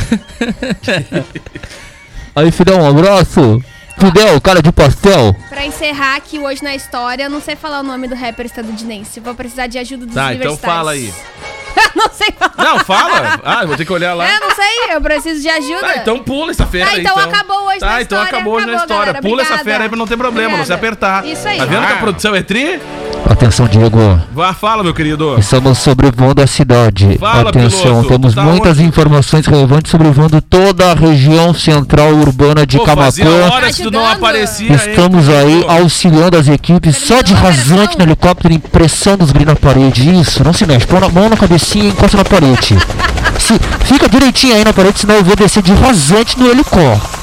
Aí, Fidel, um abraço. Fidel, cara de pastel. Pra encerrar aqui hoje na história, eu não sei falar o nome do rapper estadunidense. Vou precisar de ajuda dos Tá, então universitários. fala aí. Não sei falar. Não, fala. Ah, eu vou ter que olhar lá. É, não sei, eu preciso de ajuda. Tá, então pula essa fera Tá, aí. então acabou hoje tá, na então história. acabou hoje na Acabou, história. galera, Pula essa obrigada. fera aí pra não ter problema, não se Obrigada. apertar. Isso aí. Tá vendo que a Ah. produção é tri? Atenção, Diego. Vá, fala, meu querido. Estamos sobrevoando a cidade. Fala, Atenção, piloto. temos Tá muitas onde? informações relevantes sobrevoando toda a região central urbana de Pô, fazia Camaquã. horas que tu não Ajudando. aparecia, hein? Estamos aí auxiliando as equipes só de Terminou a rasante operação? no helicóptero, impressando os brilhos na parede. Isso, não se mexe. Põe a mão na cabecinha e encosta na parede. Se, fica direitinho aí na parede, senão eu vou descer de rasante no helicóptero.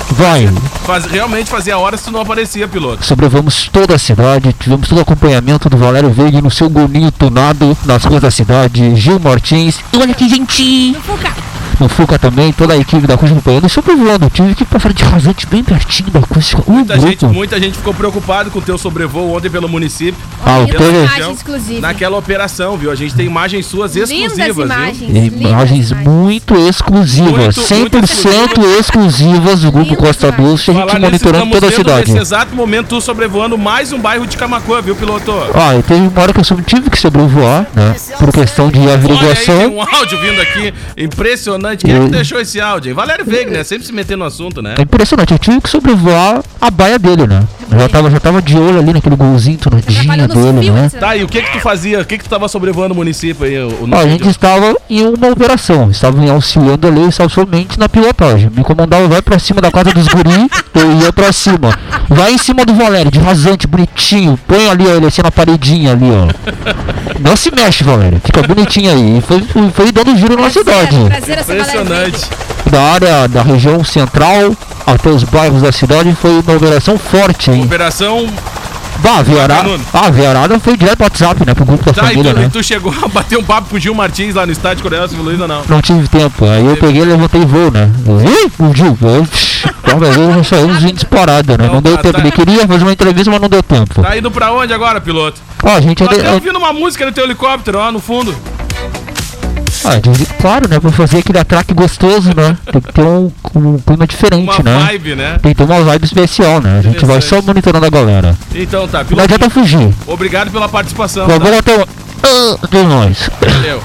Vai. Faz, realmente fazia horas que tu não aparecia, piloto. Sobrevivemos toda a cidade, tivemos todo o acompanhamento do Valério Veiga no seu goninho tunado nas ruas da cidade, Gil Martins. E olha que gente! No Fuca. No Fuca também, toda a equipe da Cruz acompanhando. Sobrevoando, tive que passar de rasante bem pertinho da Cruz. Uh, Muita gente, grupo. muita gente ficou preocupado com o teu sobrevoo ontem pelo município. Ah, o Lindas teu- imagens exclusivas. Naquela operação, viu? A gente tem imagens suas exclusivas, Lindas viu? imagens. Imagens lindas imagens. muito exclusivas, Muito, cem por cento muito exclusivas do grupo Lindas Costa imagens. Doce, a gente Falar nisso, monitorando estamos toda a vendo cidade. nesse exato momento tu sobrevoando mais um bairro de Camaquã, viu, piloto? Ah, e teve uma hora que eu só tive que sobrevoar, né? Por questão de Olha aí, averiguação. tem um áudio vindo aqui, impressionante. Quem é que deixou esse áudio, hein? Valério Veiga, né? Sempre se metendo no assunto, né? É impressionante, eu tive que sobrevoar a baia dele, né? Eu já tava, já tava de olho ali naquele golzinho tonadinho Atrapalhando os dele, fios, né? esse- Tá, e o que que tu fazia? O que que tu tava sobrevoando o município aí? O, o Ó, a nome gente de- estava em uma operação, estava auxiliando ali, estava somente na pilotagem. Me comandava, vai pra cima da casa dos guri, eu ia pra cima. Vai em cima do Valério, de rasante, bonitinho, põe ali, ó, ele assim na paredinha ali, ó. Não se mexe, Valério, fica bonitinho aí. E foi, foi, foi dando giro na cidade. Prazer, essa Valéria Impressionante. Veiga. Da área da região central até os bairros da cidade foi uma operação forte, hein? Operação. Bah, a veiarada, Nuno. a veiarada foi direto pro WhatsApp, né? Pro grupo da Tá, e família, tu, né? e tu chegou a bater um papo com o Gil Martins lá no estádio Coronel Silvio Luiz ou não? Não tive tempo, aí eu peguei e levantei voo, né? Eu, Ih, o Gil, eu, talvez eu saímos em disparada, né? Não, Não deu tá, tempo, tá. ele queria fazer uma entrevista, mas não deu tempo. Tá indo pra onde agora, piloto? Ó, a gente... Tô até é- ouvindo uma música no teu helicóptero, ó, no fundo. Ah, de- claro, né? Pra fazer aquele atraque gostoso, né? Tem que ter um, um clima diferente, Uma né? vibe, né? Tem que ter uma vibe especial, né? A gente vai só Interessante. monitorando a galera. Então tá, Não piloto. adianta fugir. Obrigado pela participação. Por favor, Tá? até o... Ah, de nós. Valeu.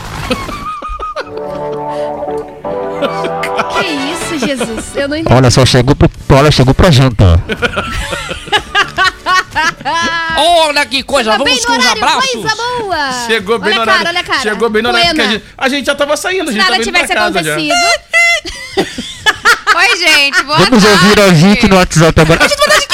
Que isso, Jesus? Eu não entendi. Olha só, chegou pro... Olha, chegou pra janta. Olha que coisa, Tá vamos bem com no os horário, abraços. coisa boa. Chegou bem olha no a cara, horário. olha a cara. Chegou bem no horário. Porque a Plena. gente, a gente já tava saindo, a Se gente nada tava indo pra tivesse casa já. acontecido. Oi, gente, boa Vamos tarde. ouvir a gente no WhatsApp agora.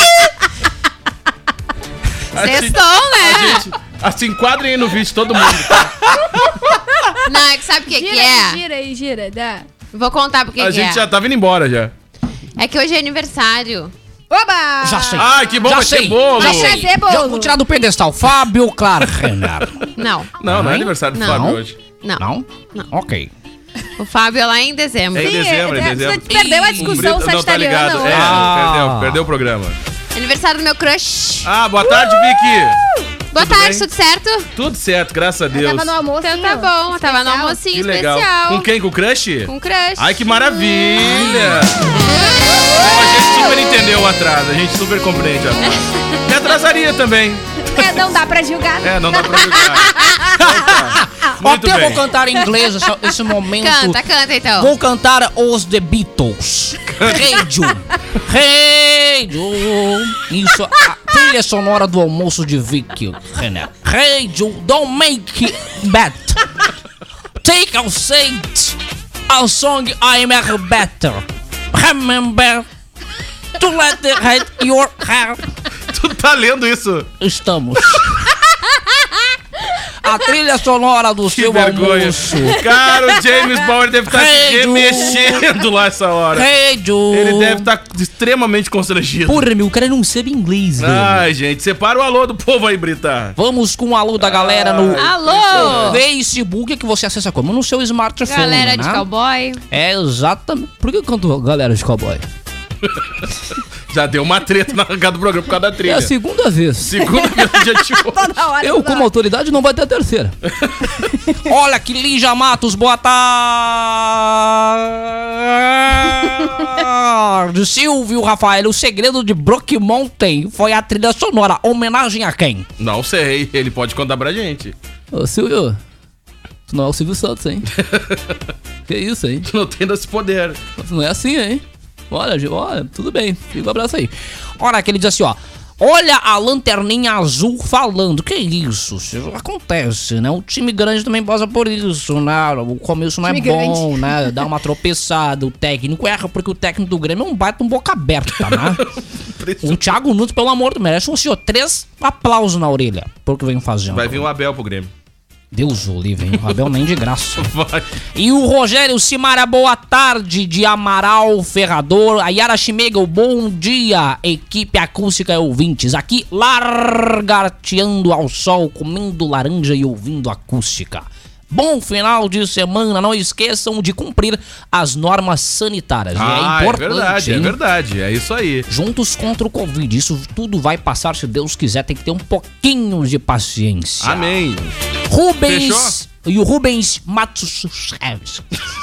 Sextou, A né? gente, assim, enquadrem aí no vídeo todo mundo, tá? Não, é que sabe o que, que Gira é? aí, gira aí, gira. Dá. Vou contar porque A que gente é. já tava indo embora já. É que hoje é aniversário. Oba! Já sei. Ai, que bom, Já vai ter sei. bolo. Vai trazer bolo. Já vou tirar do pedestal. Fábio Klarrenner. Não, Não, não é Ai? aniversário do Não. Fábio hoje. não. Não? Não. Ok. O Fábio é lá em dezembro. É em Sim, dezembro, é em é, dezembro. você perdeu a O discussão Brito- não, tá sagitariana ligado. hoje. É, Ah. perdeu, perdeu o programa. Aniversário do meu crush. Ah, boa tarde, Vicky. Boa tudo tarde, bem? tudo certo? Tudo certo, graças a Eu Deus. tava no almoço. Então tá bom, eu tava no almocinho Que legal. especial. Com quem? Com o crush? Com crush. Ai, que maravilha! A gente super entendeu o atraso, a gente super compreende o atraso. Me atrasaria também. É, não dá pra julgar. É, não dá pra julgar. Então tá. Muito Até bem. vou cantar em inglês esse, esse momento. Canta, canta então. Vou cantar os The Beatles. Hey Jude. Hey Jude. Isso, a trilha sonora do almoço de Vicky, René. Hey Jude, don't make it bad. Take a seat. A song I make better. Remember to let the head your hair. Tu tá lendo isso? Estamos. A trilha sonora do Que seu vergonha. almoço. Cara, o James Bauer deve estar se Hey, Jude. remexendo lá essa hora. Hey Jude. Ele deve estar extremamente constrangido. Porra, meu, o cara não sabe inglês, velho. Ai, gente, separa o alô do povo aí, Brita. Vamos com o alô da galera no Alô! Facebook, que você acessa como? No seu smartphone, Galera de né? cowboy. É, exatamente. Por que eu canto galera de cowboy? Já deu uma treta na arrancada do programa por causa da É trilha. a segunda vez. Segunda vez que já tirou. Toda hora. Eu, toda como hora. autoridade, não vai ter a terceira. Olha que Lígia Matos, boa tarde. Silvio Rafael, o segredo de Brook Mountain foi a trilha sonora. Homenagem a quem? Não sei, ele pode contar pra gente. Ô, Silvio, tu não é o Silvio Santos, hein? Que isso, hein? Tu não tem esse poder. Não é assim, hein? Olha, Gil, olha, tudo bem. Fica um abraço aí. Olha, que ele diz assim, ó. Olha a lanterninha azul falando. Que isso? Isso acontece, né? O time grande também passa por isso, né? O começo não é Time bom, né? Dá uma tropeçada. O técnico erra porque o técnico do Grêmio é um baita um boca aberta, né? O Thiago Nunes, pelo amor de Deus, merece um senhor. Três aplausos na orelha por que vem fazendo. Vai vir um Abel pro Grêmio. Deus o livre, hein? Abel nem de graça. Vai. E o Rogério Simara, boa tarde, de Amaral Ferrador. A Yara Chimega, bom dia, equipe acústica e ouvintes. Aqui, largateando ao sol, comendo laranja e ouvindo acústica. Bom final de semana, não esqueçam de cumprir as normas sanitárias. Ah, é importante, é verdade, hein? é verdade, é isso aí. Juntos contra o Covid, isso tudo vai passar se Deus quiser, tem que ter um pouquinho de paciência. Amém. Rubens e o Rubens Matsushevski.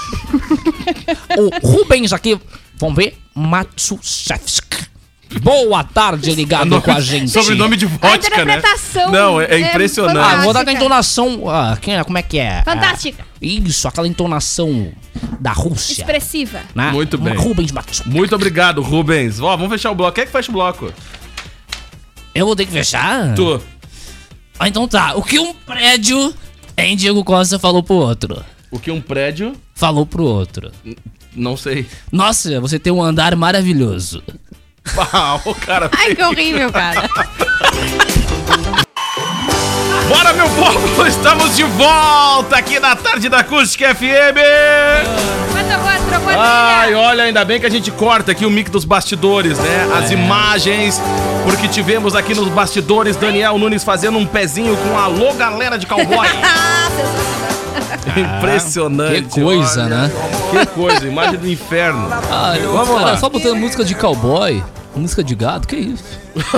O Rubens aqui, vamos ver, Matsushevski. Boa tarde, ligado Nome- com a gente. Sobrenome de vodka, A interpretação né? Não, é, é é impressionante. Ah, vou dar com a Fantástica. entonação. Ah, quem é, como é que é? Fantástica. Ah, isso, aquela entonação da Rússia. Expressiva. Né? Muito bem. Rubens Matsushevski. Muito obrigado, Rubens. Ó, vamos fechar o bloco. Quem é que fecha o bloco? Eu vou ter que fechar? Tu. Ah, então tá. O que um prédio, hein, Diego Costa falou pro outro? O que um prédio? Falou pro outro. Não sei. Nossa, você tem um andar maravilhoso. Ah, o cara. Ai, que horrível, cara. Bora, meu povo! Estamos de volta aqui na tarde da Acústica F M! Quatro, quatro, quatro. Ai, olha, ainda bem que a gente corta aqui o mic dos bastidores, né? As imagens, porque tivemos aqui nos bastidores Daniel Nunes fazendo um pezinho com alô, galera de cowboy. Impressionante. Que coisa, olha. né? Que coisa, imagem do inferno. Ah, Vamos lá. Só botando música de cowboy, música de gado, que isso?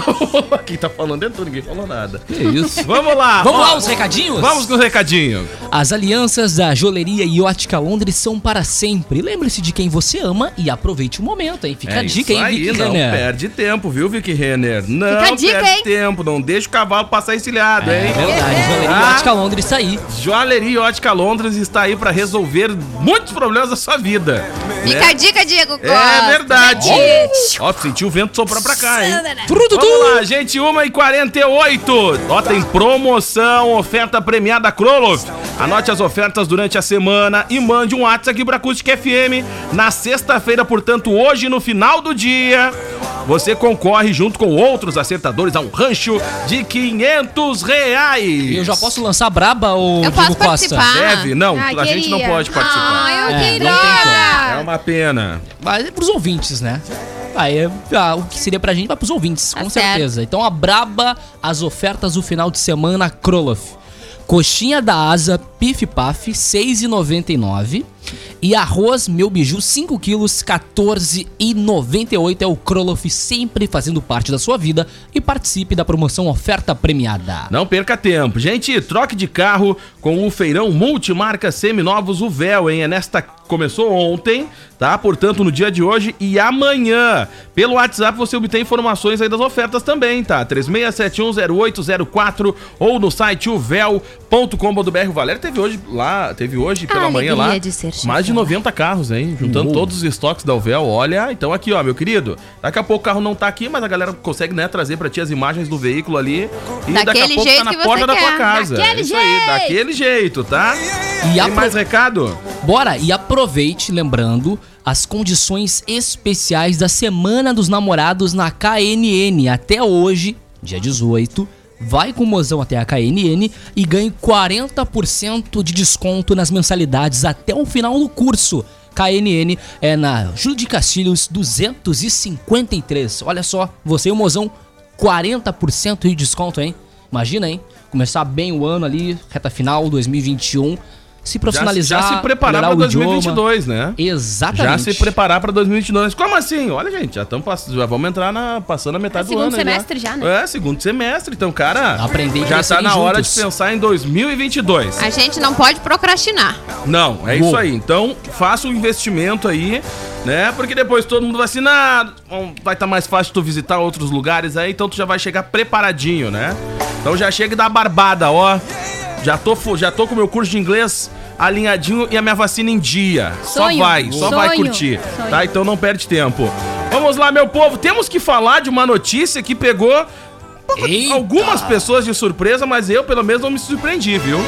Quem tá falando é tu, ninguém falou nada. Que isso? Vamos lá. Vamos ó, lá, os recadinhos? Vamos com os recadinhos. As alianças da Joalheria e Ótica Londres são para sempre. Lembre-se de quem você ama e aproveite o momento, hein? Fica É a dica, isso hein, aí, Vicky não Renner? perde tempo, viu, Vicky Renner? Não Fica a dica, perde hein? tempo, não deixa o cavalo passar encilhado, É hein? verdade, Joalheria Ah. e Ótica Londres tá aí. Joalheria e Ótica Londres está aí pra resolver muitos problemas da sua vida. Fica né? a dica, Diego Costa. É verdade. Gente. Ó, senti o vento soprar pra cá, hein? Tudo, Vamos lá, gente, uma e quarenta e oito. Ó, tem promoção, oferta premiada Kroloff. Anote as ofertas durante a semana e mande um WhatsApp aqui pra Acústica F M. Na sexta-feira, portanto, hoje, no final do dia, você concorre junto com outros acertadores a um rancho de quinhentos reais. Eu já posso lançar braba ou Eu Diego posso Costa? participar? Deve? Não, Ah, a gente não queria. pode participar. Ah, eu É, queria. não tem É uma pena. Mas é pros ouvintes, né? Aí é, ah, o que seria pra gente vai pros ouvintes, Tá com certo. certeza. Então a braba, as ofertas do final de semana Kroloff. Coxinha da asa, Pif Paf, seis reais e noventa e nove centavos. E arroz Meu Biju, cinco quilos, quatorze reais e noventa e oito centavos. É o Kroloff sempre fazendo parte da sua vida. E participe da promoção Oferta Premiada. Não perca tempo. Gente, troque de carro com o feirão multimarca seminovos O Véu, hein? É nesta... Começou ontem, tá? Portanto, no dia de hoje e amanhã. Pelo WhatsApp você obtém informações aí das ofertas também, tá? três seis sete um zero oito zero quatro ou no site o véu ponto com ponto b r. O Valério teve hoje lá, teve hoje pela A manhã lá, alegria de ser mais de chefão. noventa carros, hein? Juntando Uou. todos os estoques da Uvel. Olha, então aqui, ó, meu querido. Daqui a pouco o carro não tá aqui, mas a galera consegue, né, trazer pra ti as imagens do veículo ali. E daqui a Daquele pouco jeito tá na que porta você da tua quer. casa. Daquele É isso aí, jeito. daquele jeito, tá? E Tem apro- mais recado? Bora, e aproveite, lembrando, as condições especiais da Semana dos Namorados na K N N. Até hoje, dia dezoito, vai com o mozão até a K N N e ganhe quarenta por cento de desconto nas mensalidades até o final do curso. K N N é na Júlio de Castilhos duzentos e cinquenta e três. Olha só, você e o mozão, quarenta por cento de desconto, hein? Imagina, hein? Começar bem o ano ali, reta final, dois mil e vinte e um. Se profissionalizar, Já, já se preparar melhorar pra o dois mil e vinte e idioma. dois, né? Exatamente. Já se preparar pra dois mil e vinte e dois. Como assim? Olha, gente, já estamos já vamos entrar na passando a metade É do segundo ano. aí, semestre já, né? É, segundo semestre. Então, cara, Aprender e já tá crescerem na hora juntos. de pensar em dois mil e vinte e dois. A gente não pode procrastinar. Não, é Uou. isso aí. Então, faça o investimento aí, né? Porque depois todo mundo vacinado, vai estar mais fácil tu visitar outros lugares aí, então tu já vai chegar preparadinho, né? Então já chega e dá a barbada, ó. Já tô, fo- já tô com o meu curso de inglês alinhadinho e a minha vacina em dia. Só Sonho. vai, só vai Sonho. curtir, Sonho. tá? Então não perde tempo. Vamos lá, meu povo. Temos que falar de uma notícia que pegou Eita. algumas pessoas de surpresa, mas eu pelo menos não me surpreendi, viu?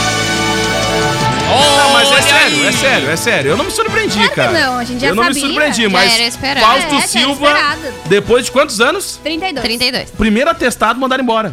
Não, mas é sério, é sério, é sério. Eu não me surpreendi, Claro que cara. não, a gente já Eu não me sabia. surpreendi, Já mas era esperado. Fausto É, já era Silva, esperado. depois de quantos anos? trinta e dois. trinta e dois. Primeiro atestado, mandaram embora.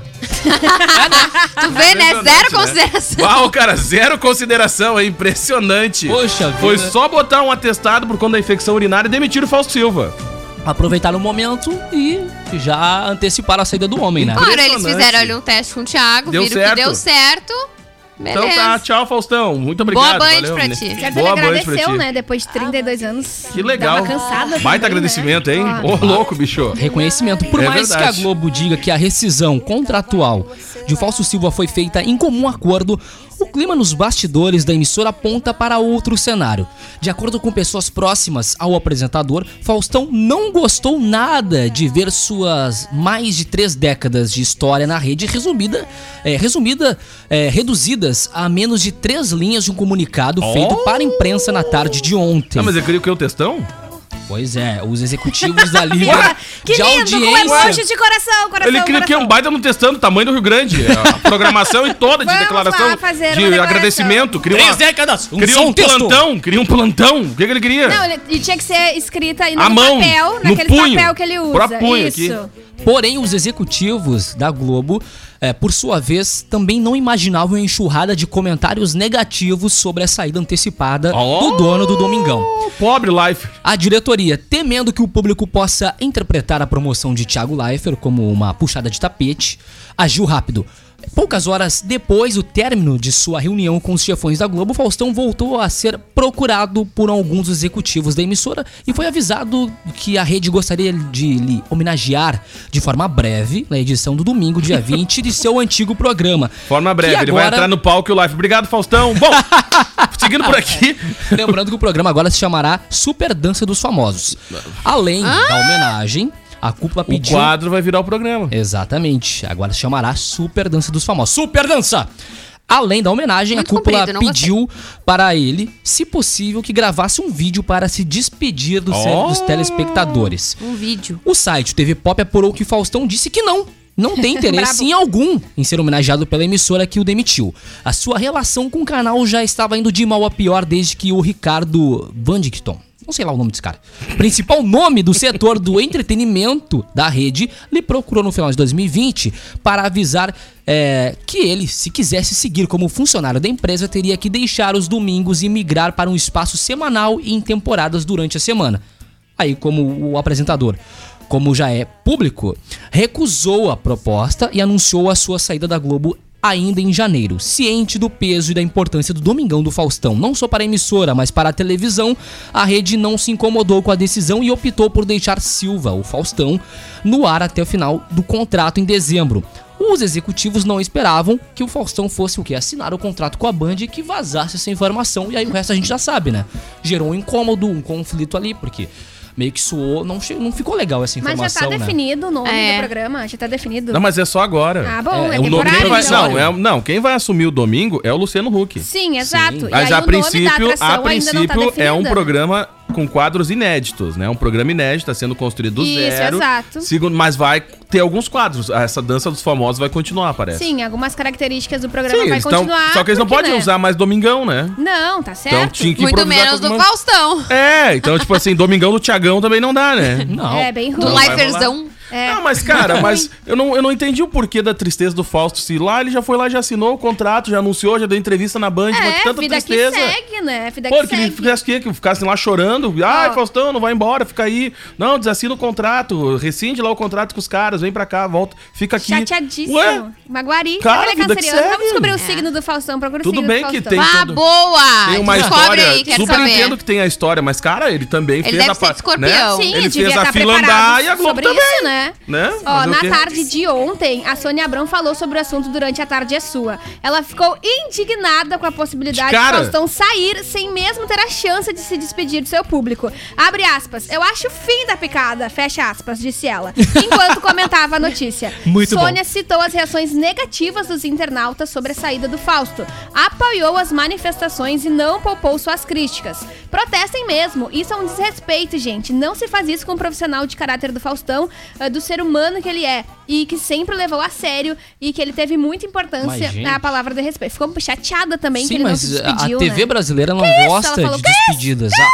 Tu vê, né? Zero Impressionante, né? consideração. Uau, cara, zero consideração, é impressionante. Poxa Foi vida. só botar um atestado por conta da infecção urinária e demitir o Fausto Silva. Aproveitaram o momento e já anteciparam a saída do homem, né? Claro, eles Impressionante. fizeram ali um teste com o Thiago, Deu viram certo. que deu certo. Beleza. Então tá, tchau, Faustão. Muito obrigado. Boa noite valeu. pra ti. Certo, Boa ele noite pra agradeceu, ti. né? Depois de trinta e dois anos. Que legal. Dá uma cansada Baita também, agradecimento, né? hein? Ó. Ô, louco, bicho. Reconhecimento. Por É mais verdade. que a Globo diga que a rescisão contratual de Fausto Silva foi feita em comum acordo, o clima nos bastidores da emissora aponta para outro cenário. De acordo com pessoas próximas ao apresentador, Faustão não gostou nada de ver suas mais de três décadas de história na rede resumida, é, resumida é, reduzidas a menos de três linhas de um comunicado Oh! feito para a imprensa na tarde de ontem. Ah, mas eu queria que o textão? Pois é, os executivos da Liga Porra, que de lindo, com Audiência... emoji de coração, coração, Ele queria que coração. um baita no textão do tamanho do Rio Grande. A programação e toda de Vamos declaração lá fazer uma de declaração. agradecimento. Queria, Três uma, décadas, um queria só um um texto. plantão. Queria um plantão. O que, que ele queria? Não, ele, e tinha que ser escrita aí no A mão, papel, no naquele punho. papel que ele usa. Próprio punho Isso. aqui. Porém, os executivos da Globo, é, por sua vez, também não imaginavam a enxurrada de comentários negativos sobre a saída antecipada Oh! do dono do Domingão. Pobre Life. A diretoria, temendo que o público possa interpretar a promoção de Thiago Leifert como uma puxada de tapete, agiu rápido. Poucas horas depois do término de sua reunião com os chefões da Globo, Faustão voltou a ser procurado por alguns executivos da emissora e foi avisado que a rede gostaria de lhe homenagear de forma breve na edição do domingo, dia vinte, de seu antigo programa. Forma breve. Que Ele vai agora- entrar no palco e o Life. Obrigado, Faustão. Bom, seguindo por aqui. Lembrando que o programa agora se chamará Super Dança dos Famosos. Além da homenagem, a cúpula O pediu... quadro vai virar o programa. Exatamente. Agora se chamará Super Dança dos Famosos. Super Dança! Além da homenagem, Muito a cúpula comprido, não pediu para ele, se possível, que gravasse um vídeo para se despedir dos, Oh! dos telespectadores. Um vídeo. O site T V Pop apurou que Faustão disse que não. Não tem interesse Brabo. em algum em ser homenageado pela emissora que o demitiu. A sua relação com o canal já estava indo de mal a pior desde que o Ricardo Vandicton, não sei lá o nome desse cara, principal nome do setor do entretenimento da rede, lhe procurou no final de dois mil e vinte para avisar é, que ele, se quisesse seguir como funcionário da empresa, teria que deixar os domingos e migrar para um espaço semanal e em temporadas durante a semana. Aí, como o apresentador, como já é público, recusou a proposta e anunciou a sua saída da Globo ainda em janeiro. Ciente do peso e da importância do Domingão do Faustão, não só para a emissora, mas para a televisão, a rede não se incomodou com a decisão e optou por deixar Silva, o Faustão, no ar até o final do contrato em dezembro. Os executivos não esperavam que o Faustão fosse o que? Assinar o contrato com a Band e que vazasse essa informação, e aí o resto a gente já sabe, né? Gerou um incômodo, um conflito ali, porque meio que soou, não, che- não ficou legal essa Mas informação, já tá né? definido o nome É. do programa, já tá definido. Não, mas é só agora. Ah, bom, É, é, o nome temporário, Quem vai, então. não, é, não, quem vai assumir o domingo é o Luciano Huck. Sim, exato. E Mas aí a o nome da princípio, atração a ainda não tá princípio é um definido. programa com quadros inéditos, né? Um programa inédito, tá sendo construído do Isso, zero. exato. Segundo, mas vai ter alguns quadros. Essa dança dos famosos vai continuar, parece. Sim, algumas características do programa Sim, vai eles tão- continuar. só que eles não porque, podem né? usar mais Domingão, né? Não, tá certo. Então tinha que Muito improvisar menos com do alguma- Faustão. É, então, tipo assim, Domingão do Tiagão também não dá, né? Não. É bem ruim. Do Não vai Leiferzão. É. Não, mas cara, mas eu não, eu não entendi o porquê da tristeza do Fausto. Se lá ele já foi lá, já assinou o contrato, já anunciou, já deu entrevista na Band, mas É, tanta vida tristeza. que segue, né? Vida Pô, que que ele segue. fizesse o quê? Que ficassem lá chorando. Ai, Ó. Faustão, não vai embora, fica aí. Não, desassina o contrato, rescinde lá o contrato com os caras, vem pra cá, volta, fica aqui. Chateadíssimo. Ué? Maguari. Cara, Ele é vida que canceriano. Vamos segue. descobrir o signo do Faustão. Procura o Tudo signo bem do que Faustão. tem Ah, todo- boa! Tem uma Descobre história. aí, quero Super saber. entendo que tem a história, mas, cara, ele também Ele fez deve a ser pa- de escorpião. Sim, Ele devia fez a estar fila preparado andar e a Globo sobre também. isso, né? Né? Ó, Fazer o na quê? tarde de ontem, a Sônia Abrão falou sobre o assunto durante a Tarde é Sua. Ela ficou indignada com a possibilidade de Cara. Faustão sair sem mesmo ter a chance de se despedir do seu público. Abre aspas. Eu acho o fim da picada, fecha aspas, disse ela, enquanto comentava a notícia. Muito Sônia citou as reações negativas dos internautas sobre a saída do Fausto. Apoiou as manifestações e não poupou suas críticas. Protestem mesmo, isso é um desrespeito, gente. Não se faz isso com um profissional de caráter do Faustão, eh, do ser humano que ele é, e que sempre levou a sério e que ele teve muita importância Mas, gente. na palavra de respeito. Ficou chateada também que Sim, ele não mas se a despediu, T V né? brasileira não Que isso? gosta Ela falou, de que despedidas. Ah,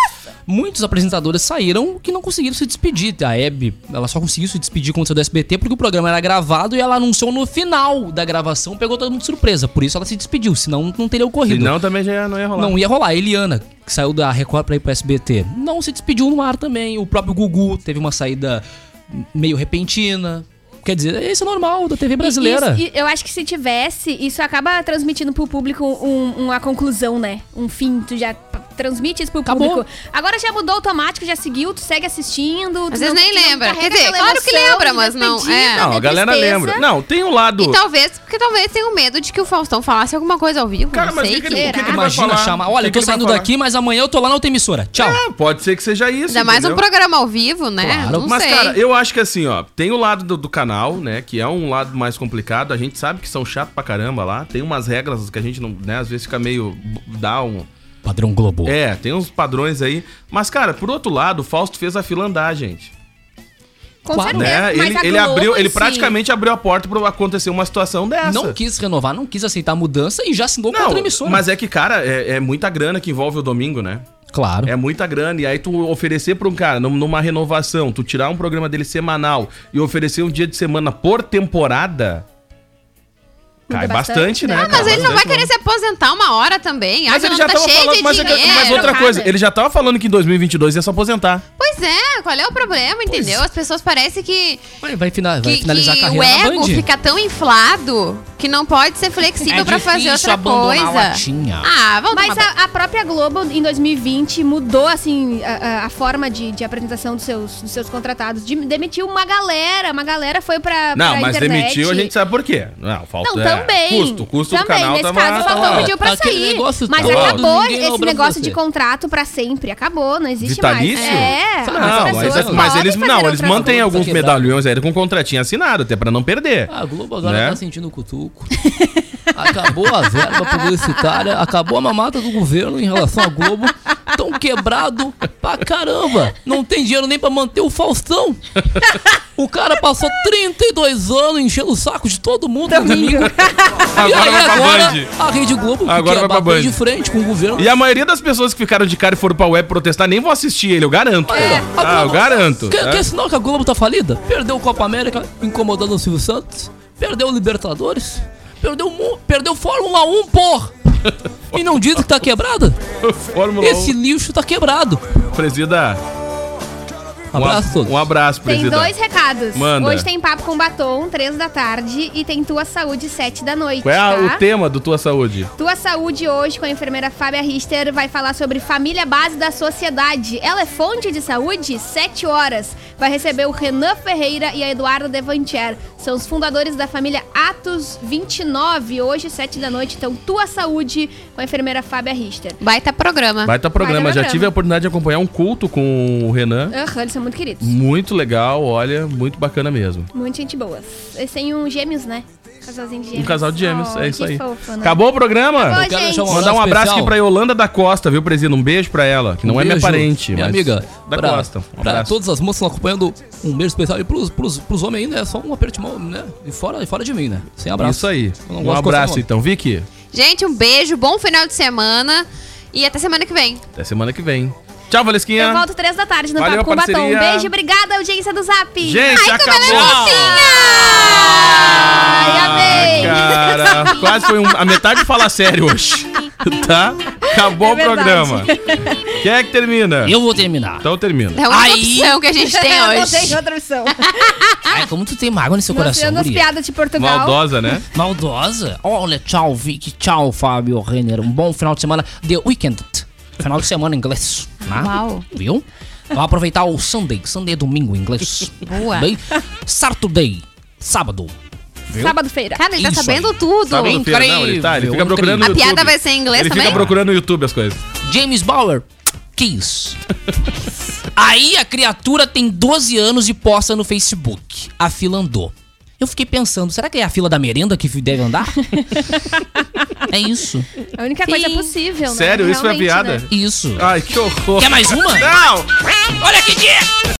muitos apresentadores saíram que não conseguiram se despedir. A Hebe, ela só conseguiu se despedir quando saiu do S B T porque o programa era gravado e ela anunciou no final da gravação, pegou todo mundo de surpresa. Por isso ela se despediu, senão não teria ocorrido. Senão também já não ia rolar. Não ia rolar. A Eliana, que saiu da Record pra ir pro S B T, não se despediu no ar também. O próprio Gugu teve uma saída meio repentina. Quer dizer, isso é normal da T V brasileira. Isso, eu acho que se tivesse, isso acaba transmitindo pro público um, uma conclusão, né? Um fim, tu já p- transmite isso pro Acabou. público. Agora já mudou automático, já seguiu, tu segue assistindo. Às tu vezes não- nem tu não lembra. carrega Quer dizer, aquela claro que emoção lembra, de mas não- despedida, é. Não, de a galera tristeza. lembra. Não, tem um lado... E talvez, porque talvez tenham medo de que o Faustão falasse alguma coisa ao vivo. Cara, não mas sei o que, que, que... ele- o que, que ele vai Imagina falar? chamar. O Olha, que eu que tô ele vai saindo falar? daqui, mas amanhã eu tô lá na outra emissora. Tchau. É, pode ser que seja isso, Ainda mais um entendeu? programa ao vivo, né? Claro. Não Mas, sei. cara, eu acho que assim, ó, tem o lado do, do canal, né, que é um lado mais complicado, a gente sabe que são chato pra caramba lá, tem umas regras que a gente não, né, às vezes fica meio, dá um... Padrão Globo. É, tem uns padrões aí, mas, cara, por outro lado, o Fausto fez a fila andar, gente. Com Claro. certeza, Né? mas Ele, a ele Globo abriu, ele em si- praticamente abriu a porta pra acontecer uma situação dessa. Não quis renovar, não quis aceitar a mudança e já assinou com outra Não, emissora. mas é que, cara, é, é muita grana que envolve o domingo, né? Claro. É muita grana. E aí tu oferecer pra um cara, num- numa renovação, tu tirar um programa dele semanal e oferecer um dia de semana por temporada, cai Muda bastante, bastante, né? né? Ah, mas Cai ele não vai bastante, querer se aposentar uma hora também. Mas Ah, ele não já tá tava cheio falando, de mas, é que- dinheiro. mas outra cara. coisa, ele já tava falando que em dois mil e vinte e dois ia se aposentar. Pois é, qual é o problema, entendeu? As pessoas parecem que, Vai, vai, fina- vai que, finalizar que a o carreira na ego Band. fica tão inflado que não pode ser flexível É pra fazer difícil outra abandonar a coisa. latinha. Ah, vamos Mas tomar a, a própria Globo, em dois mil e vinte, mudou, assim, a, a- a forma de, de apresentação dos seus, dos seus contratados. De- demitiu uma galera, uma galera foi pra, Não, pra mas internet. demitiu, a gente sabe por quê. Não, falta Não, é, também. custo. O custo do também. canal Nesse tava... caso, o Faustão Ah, pediu pra aquele sair. negócio Mas todo, acabou ninguém esse lembra negócio você. de contrato pra sempre. Acabou, não existe Vitalício? mais. É. Não, as Não, pessoas mas, podem mas eles fazer não, eles outras mantêm coisas. alguns Tá quebrado. medalhões aí com contratinho assinado, até pra não perder. A Globo agora Né? tá sentindo o cutuco. Acabou a verba publicitária, acabou a mamata do governo em relação à Globo. Tão quebrado pra caramba. Não tem dinheiro nem pra manter o Faustão. O cara passou trinta e dois anos enchendo o saco de todo mundo no domingo. E Agora aí vai pra agora Band. a Rede Globo que Agora quer vai pra bater Band. de frente com o governo. E a maioria das pessoas que ficaram de cara e foram pra web protestar nem vão assistir ele, eu garanto. É, a ah, eu Globo- garanto. Quer, é. quer sinal que a Globo tá falida? Perdeu o Copa América incomodando o Silvio Santos. Perdeu o Libertadores. Perdeu o Mu- perdeu Fórmula um, por. E não diz que tá quebrada? Fórmula Esse lixo tá quebrado. um. Presida, um, Abraço a ab- todos. um abraço, Tem presida. dois recados. Manda. Hoje tem Papo com Batom, três da tarde, e tem Tua Saúde, sete da noite, Qual é a- tá? o tema do Tua Saúde? Tua Saúde hoje com a enfermeira Fábia Richter vai falar sobre família base da sociedade. Ela é fonte de saúde? Sete horas. Vai receber o Renan Ferreira e a Eduardo Devantier. São os fundadores da família Atos vinte e nove. Hoje, sete da noite. Então, Tua Saúde com a enfermeira Fábia Richter. Baita programa. Baita programa. Baita Já programa. tive a oportunidade de acompanhar um culto com o Renan. Aham, eles são muito queridos. Muito legal, olha, muito bacana mesmo. Muito gente boa. Eles têm um gêmeos, né? Casalzinho de gêmeos. Um casal de gêmeos, Oh, é isso que aí. fofo, né? Acabou o programa? Acabou, Eu quero gente. deixar um Mandar um abraço especial. aqui pra Yolanda da Costa, viu, Presida? Um beijo pra ela, que não Um é minha beijo, parente, minha mas amiga. da pra, Costa. Um pra abraço. todas as moças que estão acompanhando, um beijo especial. E pros, pros, pros homens aí, né? Só um aperto de mão, né? E fora, e fora de mim, né? Sem abraço. Isso aí. Eu não Um gosto de coçar abraço mão. então, Vicky. Gente, um beijo, bom final de semana e até semana que vem. Até semana que vem. Tchau, Valesquinha. Eu volto três da tarde no Valeu, Papo com Batom. parceria. Um beijo, obrigada, audiência do Zap. Gente, Ai, como ela é acabou. fofinha! Ai, amei. Cara, quase foi um- a metade de falar sério hoje. Tá? Acabou É o verdade. programa. Quem é que termina? Eu vou terminar. Então termina. É a única Aí- opção que a gente tem Não hoje. tem outra opção. Ai, como tu tem mágoa no seu coração, Nas guria. piadas de Portugal. Maldosa, né? Maldosa. Olha, tchau, Vicky. Tchau, Fábio Renner. Um bom final de semana. The Weekend. Final de semana em inglês. Né? Uau. Viu? Vamos aproveitar o Sunday. Sunday é domingo em inglês. Boa. Bem? Saturday. Sábado. Viu? Sábado-feira. Cara, ele tá Isso sabendo aí. tudo. Sábado Incrível, feira, não, ele tá, ele fica incrível. procurando no A YouTube. piada vai ser em inglês Ele também? fica procurando no YouTube as coisas. James Bauer. Kiss. Aí a criatura tem doze anos e posta no Facebook. A fila andou. Eu fiquei pensando, será que é a fila da merenda que deve andar? É isso. A única coisa possível, né? Sério, isso foi a Realmente, piada? né? Isso. Ai, que horror. Quer mais uma? Não! Olha que dia!